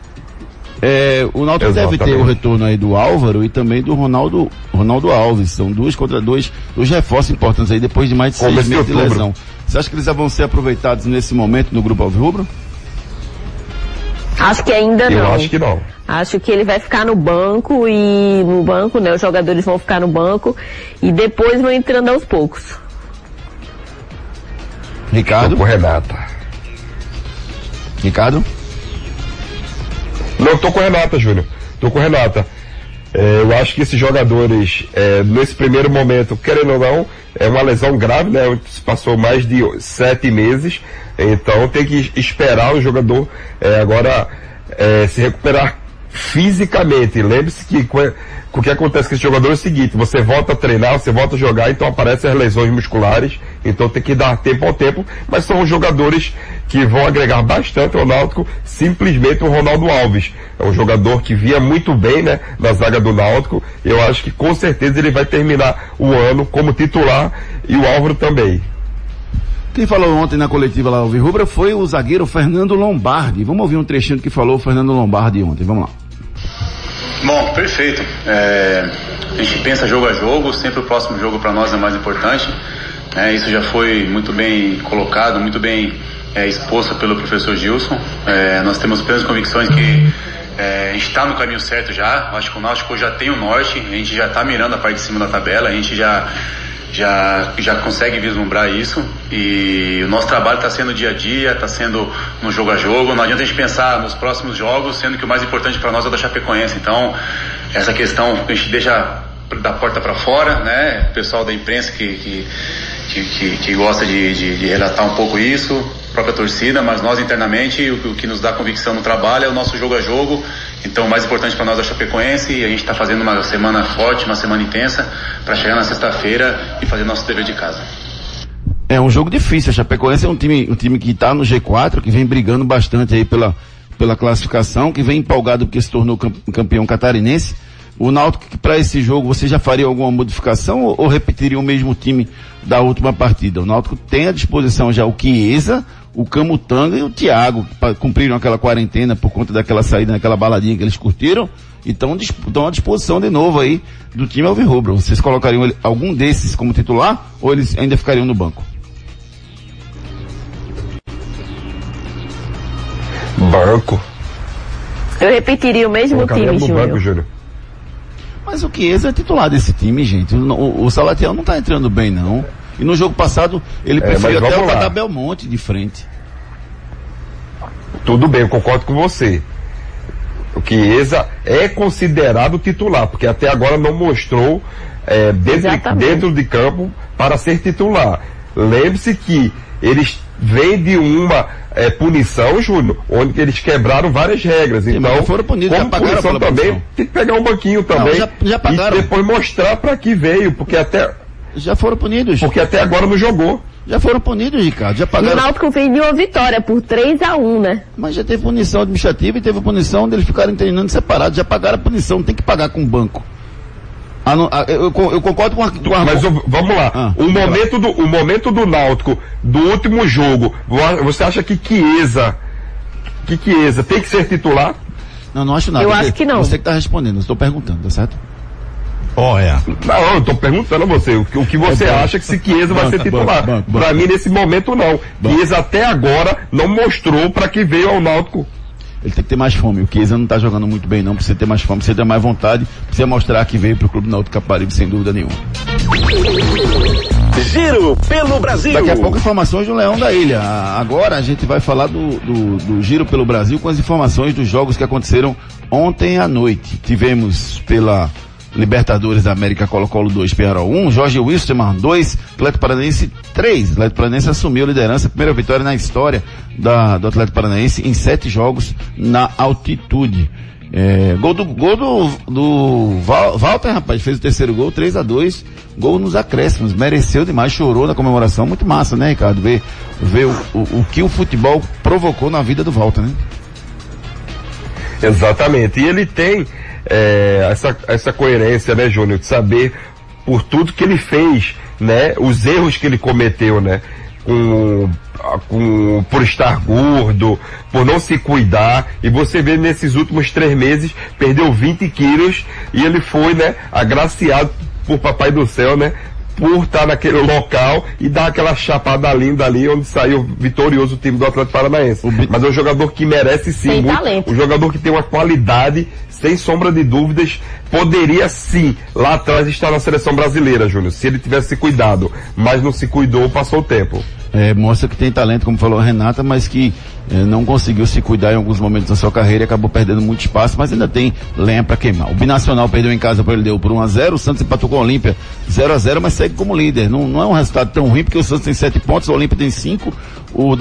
O Náutico deve ter o retorno aí do Álvaro e também do Ronaldo Alves. São 2 contra 2 reforços importantes aí depois de mais de 6 meses de lesão. Você acha que eles já vão ser aproveitados nesse momento no Grupo Alvirrubro? Acho que ainda não. Eu acho que não. Acho que ele vai ficar no banco né? Os jogadores vão ficar no banco e depois vão entrando aos poucos. Ricardo? Tô com Renata. Ricardo? Não, tô com a Renata, Júnior. Tô com a Renata. Eu acho que esses jogadores, nesse primeiro momento, querendo ou não, é uma lesão grave, né? Passou mais de 7 meses. Então tem que esperar o jogador agora se recuperar fisicamente. Lembre-se que o que acontece com esse jogador é o seguinte: você volta a treinar, você volta a jogar, então aparecem as lesões musculares, então tem que dar tempo ao tempo, mas são jogadores que vão agregar bastante ao Náutico. Simplesmente o Ronaldo Alves é um jogador que via muito bem, né, na zaga do Náutico. Eu acho que com certeza ele vai terminar o ano como titular, e o Álvaro também. Quem falou ontem na coletiva lá Alvirrubra foi o zagueiro Fernando Lombardi. Vamos ouvir um trechinho do que falou o Fernando Lombardi ontem, vamos lá. Bom, perfeito. A gente pensa jogo a jogo, sempre o próximo jogo para nós é mais importante. Isso já foi muito bem colocado, muito bem exposto pelo professor Gilson. Nós temos plenas convicções que a gente está no caminho certo já. Acho que o Náutico já tem o norte, a gente já está mirando a parte de cima da tabela, a gente já consegue vislumbrar isso, e o nosso trabalho está sendo dia a dia, está sendo no jogo a jogo. Não adianta a gente pensar nos próximos jogos, sendo que o mais importante para nós é o da Chapecoense. Então, essa questão a gente deixa da porta para fora, né? O pessoal da imprensa que gosta de relatar um pouco isso, a própria torcida, mas nós internamente, o que nos dá convicção no trabalho é o nosso jogo a jogo. Então o mais importante para nós é a Chapecoense, e a gente está fazendo uma semana forte, uma semana intensa, para chegar na sexta-feira e fazer nosso dever de casa. É um jogo difícil. A Chapecoense é um time que está no G4, que vem brigando bastante aí pela classificação, que vem empolgado porque se tornou campeão catarinense. O Náutico, para esse jogo, você já faria alguma modificação ou repetiria o mesmo time da última partida? O Náutico tem à disposição já o Chiesa, o Camutanga e o Thiago, que cumpriram aquela quarentena por conta daquela saída naquela baladinha que eles curtiram, e estão à disposição de novo aí do time alvirrubro. Vocês colocariam algum desses como titular ou eles ainda ficariam no banco? Banco. Eu repetiria o mesmo time, Júnior. Mas o Chiesa é titular desse time, gente. O Salatiel não tá entrando bem, não. E no jogo passado, ele preferiu até o Tata Belmonte de frente. Tudo bem, eu concordo com você. O Chiesa é considerado titular, porque até agora não mostrou dentro de campo para ser titular. Lembre-se que eles vêm de uma punição, Júnior, onde eles quebraram várias regras. Sim, então, foram punidos, como punição também, punição. Tem que pegar um banquinho também já pagaram. E depois mostrar para que veio, porque até... Já foram punidos. Porque até agora não jogou. Já foram punidos, Ricardo. Já pagaram. O Náutico fez de uma vitória por 3-1, né? Mas já teve punição administrativa e teve punição deles ficarem treinando separados. Já pagaram a punição, tem que pagar com o banco. Eu concordo com a... Mas vamos lá. O momento do Náutico, do último jogo, você acha que Chiesa tem que ser titular? Não acho nada. Eu acho que não. Você que tá respondendo, eu estou perguntando, tá certo? Não, eu tô perguntando a você, o que você acha que se Chiesa vai ser titular. Pra mim, nesse momento, não. Chiesa até agora não mostrou pra que veio ao Náutico. Ele tem que ter mais fome. O Chiesa não tá jogando muito bem, não. Precisa ter mais fome, precisa ter mais vontade, precisa mostrar que veio pro Clube Náutico Caparibe, sem dúvida nenhuma. Giro pelo Brasil. Daqui a pouco, informações do Leão da Ilha. Agora a gente vai falar do Giro pelo Brasil com as informações dos jogos que aconteceram ontem à noite. Tivemos pela Libertadores da América, Colo-Colo 2, Peñarol 1, Jorge Wilstermann 2, Atlético Paranaense 3. Atlético Paranaense assumiu a liderança, a primeira vitória na história do Atlético Paranaense em 7 jogos na altitude. Gol do Walter, rapaz, fez o terceiro gol, 3-2, gol nos acréscimos, mereceu demais, chorou na comemoração, muito massa, né, Ricardo? Ver o que o futebol provocou na vida do Walter, né? Exatamente, e ele tem essa coerência, né, Júnior, de saber por tudo que ele fez, né, os erros que ele cometeu, né, por estar gordo, por não se cuidar, e você vê nesses últimos 3 meses, perdeu 20 quilos, e ele foi, né, agraciado por Papai do Céu, né, por estar naquele local e dar aquela chapada linda ali, onde saiu vitorioso o time do Atlético Paranaense. Mas é um jogador que merece sim muito, um jogador que tem uma qualidade, sem sombra de dúvidas, poderia sim, lá atrás, estar na seleção brasileira, Júnior, se ele tivesse se cuidado, mas não se cuidou, passou o tempo. Mostra que tem talento, como falou a Renata, mas que não conseguiu se cuidar em alguns momentos da sua carreira e acabou perdendo muito espaço, mas ainda tem lenha para queimar. O Binacional perdeu em casa para ele, deu por 1-0, o Santos empatou com o Olímpia 0-0, mas segue como líder. Não é um resultado tão ruim, porque o Santos tem 7 pontos, o Olímpia tem 5, o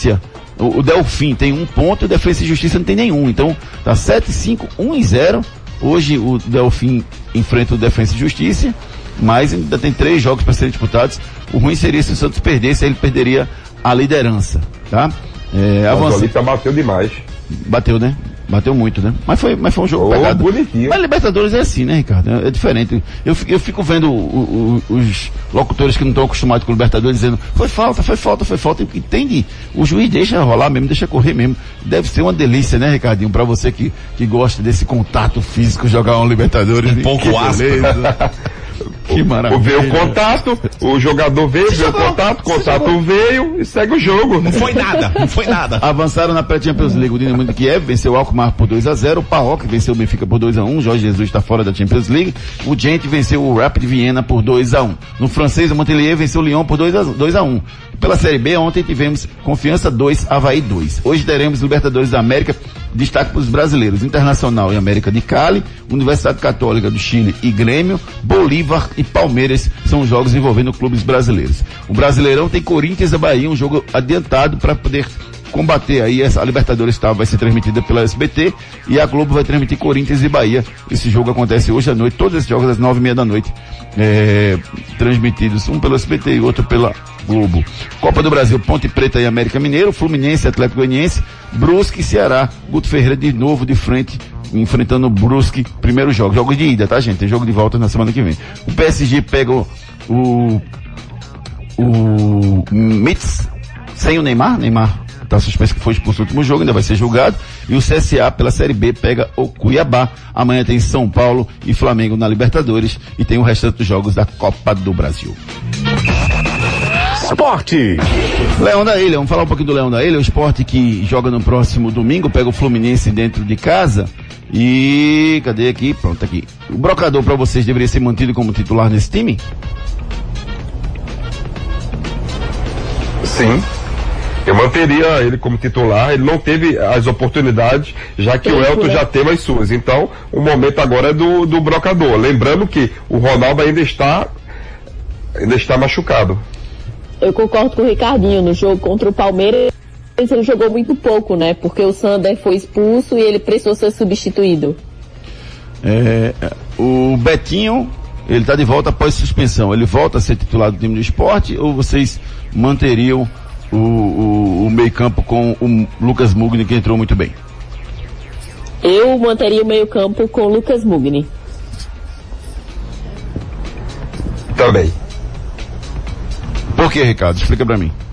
Delfim tem 1 ponto e o Defensa e Justiça não tem nenhum. Então tá 7-5, 1-0. Hoje o Delfim enfrenta o Defensa e Justiça, mas ainda tem 3 jogos para serem disputados. O ruim seria se o Santos perdesse, aí ele perderia a liderança, tá? O Olímpia bateu demais. Bateu, né? Bateu muito, né? Mas foi um jogo pegado. Bonitinho. Mas Libertadores é assim, né, Ricardo? É diferente. Eu fico vendo os locutores que não estão acostumados com o Libertadores dizendo foi falta. Entende? O juiz deixa rolar mesmo, deixa correr mesmo. Deve ser uma delícia, né, Ricardinho? Pra você que gosta desse contato físico, jogar um Libertadores. Um pouco áspero. Que maravilha. Veio o contato, o jogador veio o contato veio e segue o jogo. Não foi nada. Avançaram na pré-Champions League. O Dinamo de Kiev venceu o Alkmaar por 2-0. O PAOK venceu o Benfica por 2-1. Jorge Jesus está fora da Champions League. O Gent venceu o Rapid Viena por 2-1. No francês, o Montpellier venceu o Lyon por 2-1. Pela Série B, ontem tivemos Confiança 2, Avaí 2. Hoje teremos Libertadores da América. Destaque para os brasileiros: Internacional e América de Cali, Universidade Católica do Chile e Grêmio, Bolívar e Palmeiras são os jogos envolvendo clubes brasileiros. O Brasileirão tem Corinthians e Bahia, um jogo adiantado para poder combater aí. A Libertadores vai ser transmitida pela SBT e a Globo vai transmitir Corinthians e Bahia. Esse jogo acontece hoje à noite, todos esses jogos às 9h30 da noite, transmitidos, um pelo SBT e outro pela Globo. Copa do Brasil, Ponte Preta e América Mineiro, Fluminense, Atlético Goianiense, Brusque e Ceará. Guto Ferreira de novo de frente, enfrentando o Brusque, primeiro jogo de ida, tá, gente? Tem jogo de volta na semana que vem. O PSG pega o Metz sem o Neymar está suspenso, que foi expulso no último jogo, ainda vai ser julgado, e o CSA pela Série B pega o Cuiabá. Amanhã tem São Paulo e Flamengo na Libertadores, e tem o restante dos jogos da Copa do Brasil. Esporte. Leão da Ilha, vamos falar um pouquinho do Leão da Ilha, o Sport que joga no próximo domingo, pega o Fluminense dentro de casa, e cadê aqui? Pronto, aqui. O Brocador para vocês deveria ser mantido como titular nesse time? Sim. Eu manteria ele como titular, ele não teve as oportunidades, já que o Elton já teve as suas. Então, o momento agora é do Brocador. Lembrando que o Ronaldo ainda está machucado. Eu concordo com o Ricardinho, no jogo contra o Palmeiras, ele jogou muito pouco, né? Porque o Sander foi expulso e ele precisou ser substituído. O Betinho, ele está de volta após suspensão. Ele volta a ser titular do time do Sport, ou vocês manteriam o meio-campo com o Lucas Mugni, que entrou muito bem? Eu manteria o meio-campo com o Lucas Mugni. Também. Por que, Ricardo? Explica pra mim.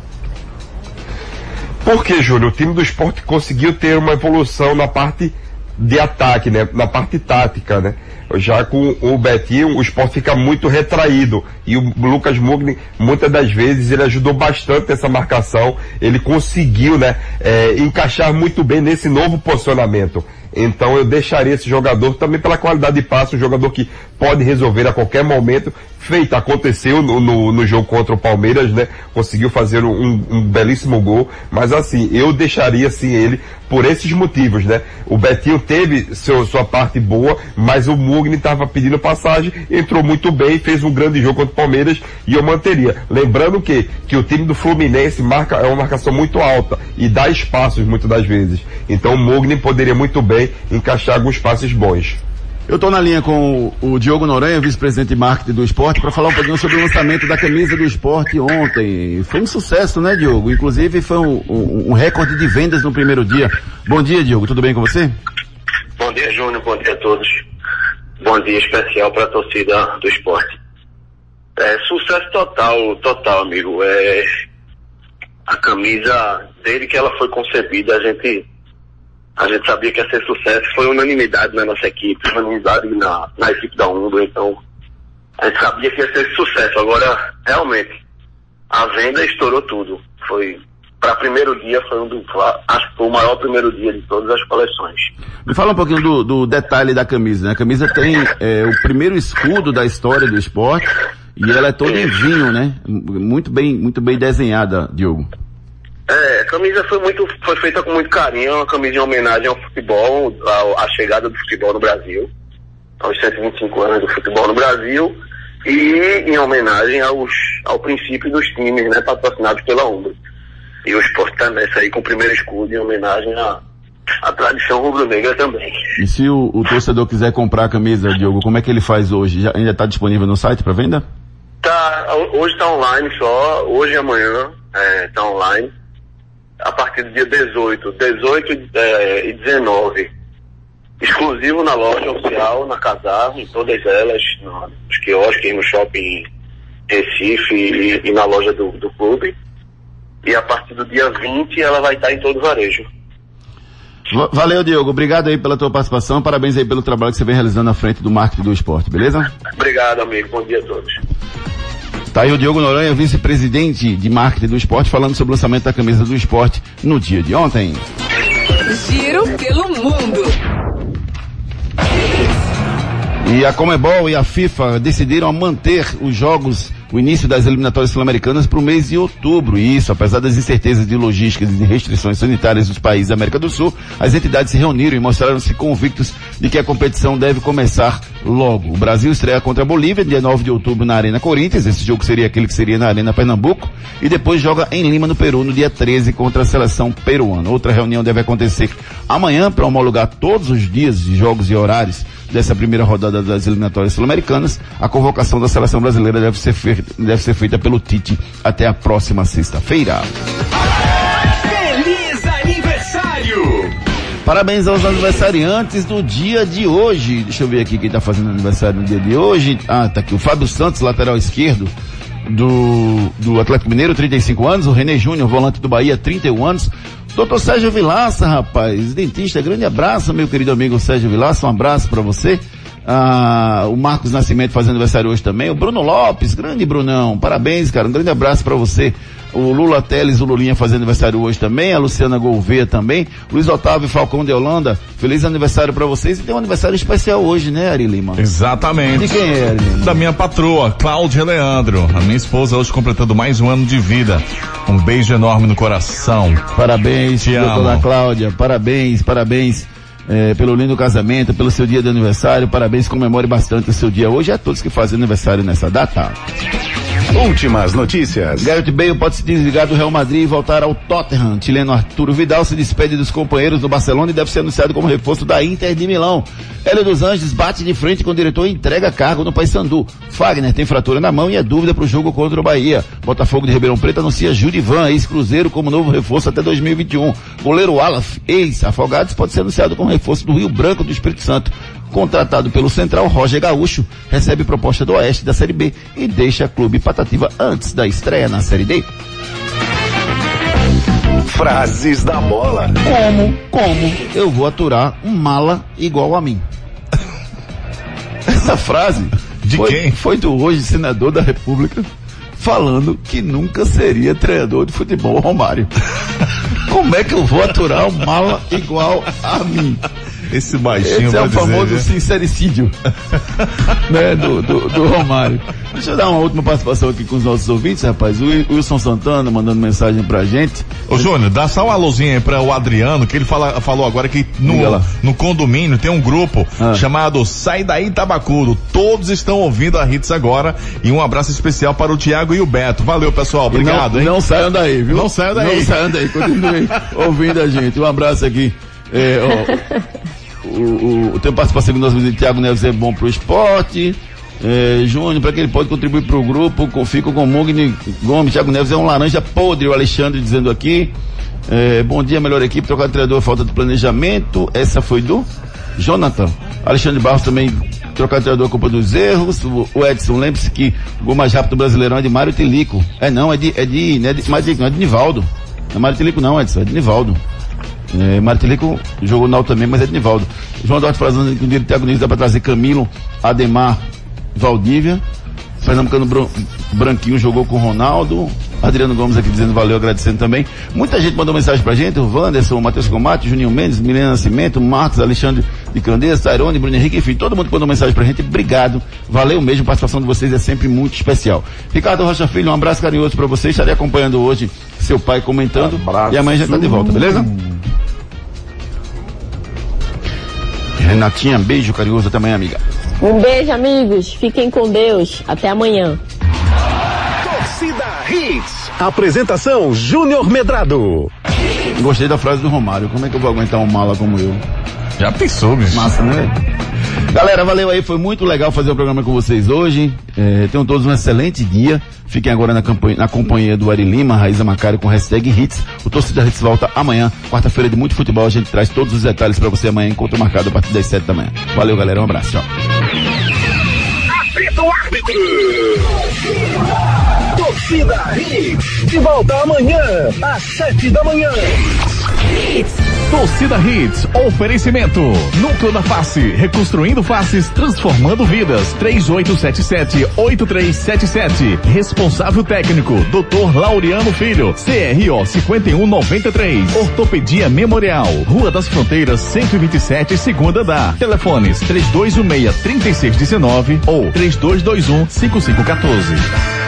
Porque, Júlio, o time do Sport conseguiu ter uma evolução na parte de ataque, né? Na parte tática, né? Já com o Betinho, o Sport fica muito retraído, e o Lucas Mugni, muitas das vezes, ele ajudou bastante essa marcação, ele conseguiu, né, encaixar muito bem nesse novo posicionamento. Então eu deixaria esse jogador também pela qualidade de passe, um jogador que pode resolver a qualquer momento. Aconteceu no jogo contra o Palmeiras, né? Conseguiu fazer um belíssimo gol, mas assim, eu deixaria sim ele por esses motivos, né? O Betinho teve sua parte boa, mas o Mugni estava pedindo passagem, entrou muito bem, fez um grande jogo contra o Palmeiras, e eu manteria. Lembrando que o time do Fluminense é uma marcação muito alta e dá espaços muitas das vezes. Então o Mugni poderia muito bem encaixar alguns passes bons. Eu estou na linha com o Diogo Noronha, vice-presidente de marketing do Sport, para falar um pouquinho sobre o lançamento da camisa do Sport ontem. Foi um sucesso, né, Diogo? Inclusive foi um recorde de vendas no primeiro dia. Bom dia, Diogo, tudo bem com você? Bom dia, Júnior, bom dia a todos. Bom dia especial para a torcida do Sport. Sucesso total, amigo. A camisa, desde que ela foi concebida, a gente sabia que ia ser sucesso. Foi unanimidade na nossa equipe, unanimidade na equipe da Umbro, então a gente sabia que ia ser sucesso. Agora, realmente, a venda estourou tudo. Para primeiro dia, acho que foi o maior primeiro dia de todas as coleções. Me fala um pouquinho do detalhe da camisa, né? A camisa tem o primeiro escudo da história do Sport, e ela é toda em vinho, né? Muito bem desenhada, Diogo. A camisa foi feita com muito carinho, uma camisa em homenagem ao futebol, à chegada do futebol no Brasil, aos 125 anos do futebol no Brasil, e em homenagem ao princípio dos times, né, patrocinados pela Umbro. E o Sport tá nessa aí com o primeiro escudo em homenagem à tradição rubro-negra também. E se o torcedor quiser comprar a camisa, Diogo, como é que ele faz hoje? Ainda está disponível no site para venda? Hoje está online só, hoje e amanhã está online. A partir do dia 18 e 19, exclusivo na loja oficial, na Casar, em todas elas, nos quiosques, no shopping Recife e na loja do clube. E a partir do dia 20 ela vai estar em todo o varejo. Valeu, Diogo. Obrigado aí pela tua participação. Parabéns aí pelo trabalho que você vem realizando à frente do marketing do esporte, beleza? Obrigado, amigo. Bom dia a todos. Tá aí o Diogo Noronha, vice-presidente de marketing do esporte, falando sobre o lançamento da camisa do esporte no dia de ontem. Giro pelo mundo. E a Conmebol e a FIFA decidiram manter os jogos, o início das eliminatórias sul-americanas para o mês de outubro. E isso, apesar das incertezas de logística e de restrições sanitárias dos países da América do Sul, as entidades se reuniram e mostraram-se convictos de que a competição deve começar logo. O Brasil estreia contra a Bolívia, dia 9 de outubro, na Arena Corinthians. Esse jogo seria aquele que seria na Arena Pernambuco. E depois joga em Lima, no Peru, no dia 13, contra a seleção peruana. Outra reunião deve acontecer amanhã para homologar todos os dias de jogos e horários dessa primeira rodada das eliminatórias sul-americanas. A convocação da seleção brasileira deve ser feita pelo Tite até a próxima sexta-feira. Feliz aniversário! Parabéns aos aniversariantes do dia de hoje. Deixa eu ver aqui quem está fazendo aniversário no dia de hoje. Tá aqui o Fábio Santos, lateral esquerdo. do Atlético Mineiro, 35 anos, o René Júnior, volante do Bahia, 31 anos, Dr. Sérgio Vilaça, rapaz, dentista, grande abraço, meu querido amigo Sérgio Vilaça, um abraço pra você. O Marcos Nascimento fazendo aniversário hoje também, o Bruno Lopes, grande Brunão, parabéns, cara, um grande abraço pra você. O Lula Teles, o Lulinha fazendo aniversário hoje também, a Luciana Gouveia também, Luiz Otávio Falcão de Holanda, feliz aniversário pra vocês, e tem um aniversário especial hoje, né, Ari Lima? Exatamente. De quem é, Ari Lima? Da minha patroa, Cláudia Leandro, a minha esposa hoje completando mais um ano de vida. Um beijo enorme no coração. Parabéns, te doutora amo. Cláudia, parabéns, pelo lindo casamento, pelo seu dia de aniversário, parabéns, comemore bastante o seu dia hoje, a todos que fazem aniversário nessa data. Últimas notícias. Gareth Bale pode se desligar do Real Madrid e voltar ao Tottenham. Chileno Arturo Vidal se despede dos companheiros do Barcelona e deve ser anunciado como reforço da Inter de Milão. Hélio dos Anjos bate de frente com o diretor e entrega cargo no Paysandu. Fagner tem fratura na mão e é dúvida para o jogo contra o Bahia. Botafogo de Ribeirão Preto anuncia Judivan, ex-Cruzeiro, como novo reforço até 2021. Goleiro Walaf, ex-Afogados, pode ser anunciado como reforço do Rio Branco do Espírito Santo. Contratado pelo Central, Roger Gaúcho recebe proposta do Oeste da Série B e deixa a Clube Patativa antes da estreia na Série D. Frases da bola. Como eu vou aturar um mala igual a mim? Essa frase quem? Foi do hoje senador da República falando que nunca seria treinador de futebol, Romário. Como é que eu vou aturar um mala igual a mim? Esse baixinho. Esse é o famoso sincericídio, né, do Romário. Deixa eu dar uma última participação aqui com os nossos ouvintes, rapaz. O Wilson Santana mandando mensagem pra gente. Ô Júnior, dá só um alôzinho aí pra o Adriano, que ele falou agora que no condomínio tem um grupo chamado Sai Daí Tabacudo. Todos estão ouvindo a Hits agora, e um abraço especial para o Thiago e o Beto. Valeu, pessoal, obrigado, hein? Não saiam daí, viu? Não saiam daí. Não saiam daí, continuem ouvindo a gente. Um abraço aqui. Tem participação do nosso vizinho Thiago Neves, é bom pro esporte. Júnior, para que ele pode contribuir pro grupo, fico com o Mugni Gomes. Thiago Neves é um laranja podre, o Alexandre dizendo aqui. Bom dia, melhor equipe, trocar de treinador, falta de planejamento. Essa foi do Jonathan. Alexandre Barros também, trocar de treinador, culpa dos erros. O Edson, lembre-se que o gol mais rápido do Brasileirão é de Mário Tilico. Não é de Nivaldo. Não é Mário Tilico não, Edson, é de Nivaldo. Mário Tilico jogou no Alto também, mas é de Nivaldo. João Duarte falando que o dia do Thiago Nunes dá pra trazer Camilo, Ademar, Valdívia. Pernambucano Branquinho jogou com o Ronaldo. Adriano Gomes aqui dizendo valeu, agradecendo também. Muita gente mandou mensagem pra gente, o Wanderson, o Matheus Comate, o Juninho Mendes, Milena Nascimento, Marcos, Alexandre de Candeias, Tairone, Bruno Henrique, enfim, todo mundo que mandou mensagem pra gente, obrigado, valeu mesmo, a participação de vocês é sempre muito especial. Ricardo Rocha Filho, um abraço carinhoso pra vocês, estarei acompanhando hoje seu pai comentando, abraço. E amanhã já tá de volta, beleza? Renatinha, beijo carinhoso, até amanhã, amiga. Um beijo, amigos, fiquem com Deus, até amanhã. Torcida Hits. Apresentação Júnior Medrado. Gostei da frase do Romário. Como é que eu vou aguentar um mala como eu? Já pensou, bicho? Massa, né? Galera, valeu aí. Foi muito legal fazer o programa com vocês hoje. Tenham todos um excelente dia. Fiquem agora na companhia do Ari Lima, Raíza Macário com hashtag Hits. O Torcida Hits volta amanhã, quarta-feira de muito futebol. A gente traz todos os detalhes pra você amanhã, encontro marcado a partir das 7 da manhã. Valeu, galera. Um abraço. Tchau. Apita o árbitro. Torcida Hits. De volta amanhã, às 7 da manhã. Torcida Hits, oferecimento Núcleo da Face, reconstruindo faces, transformando vidas. 3877-8377. Responsável técnico, Dr. Laureano Filho, CRO 5193. Ortopedia Memorial, Rua das Fronteiras 127, segunda andar. Telefones 3216-3619 ou 3221-5514.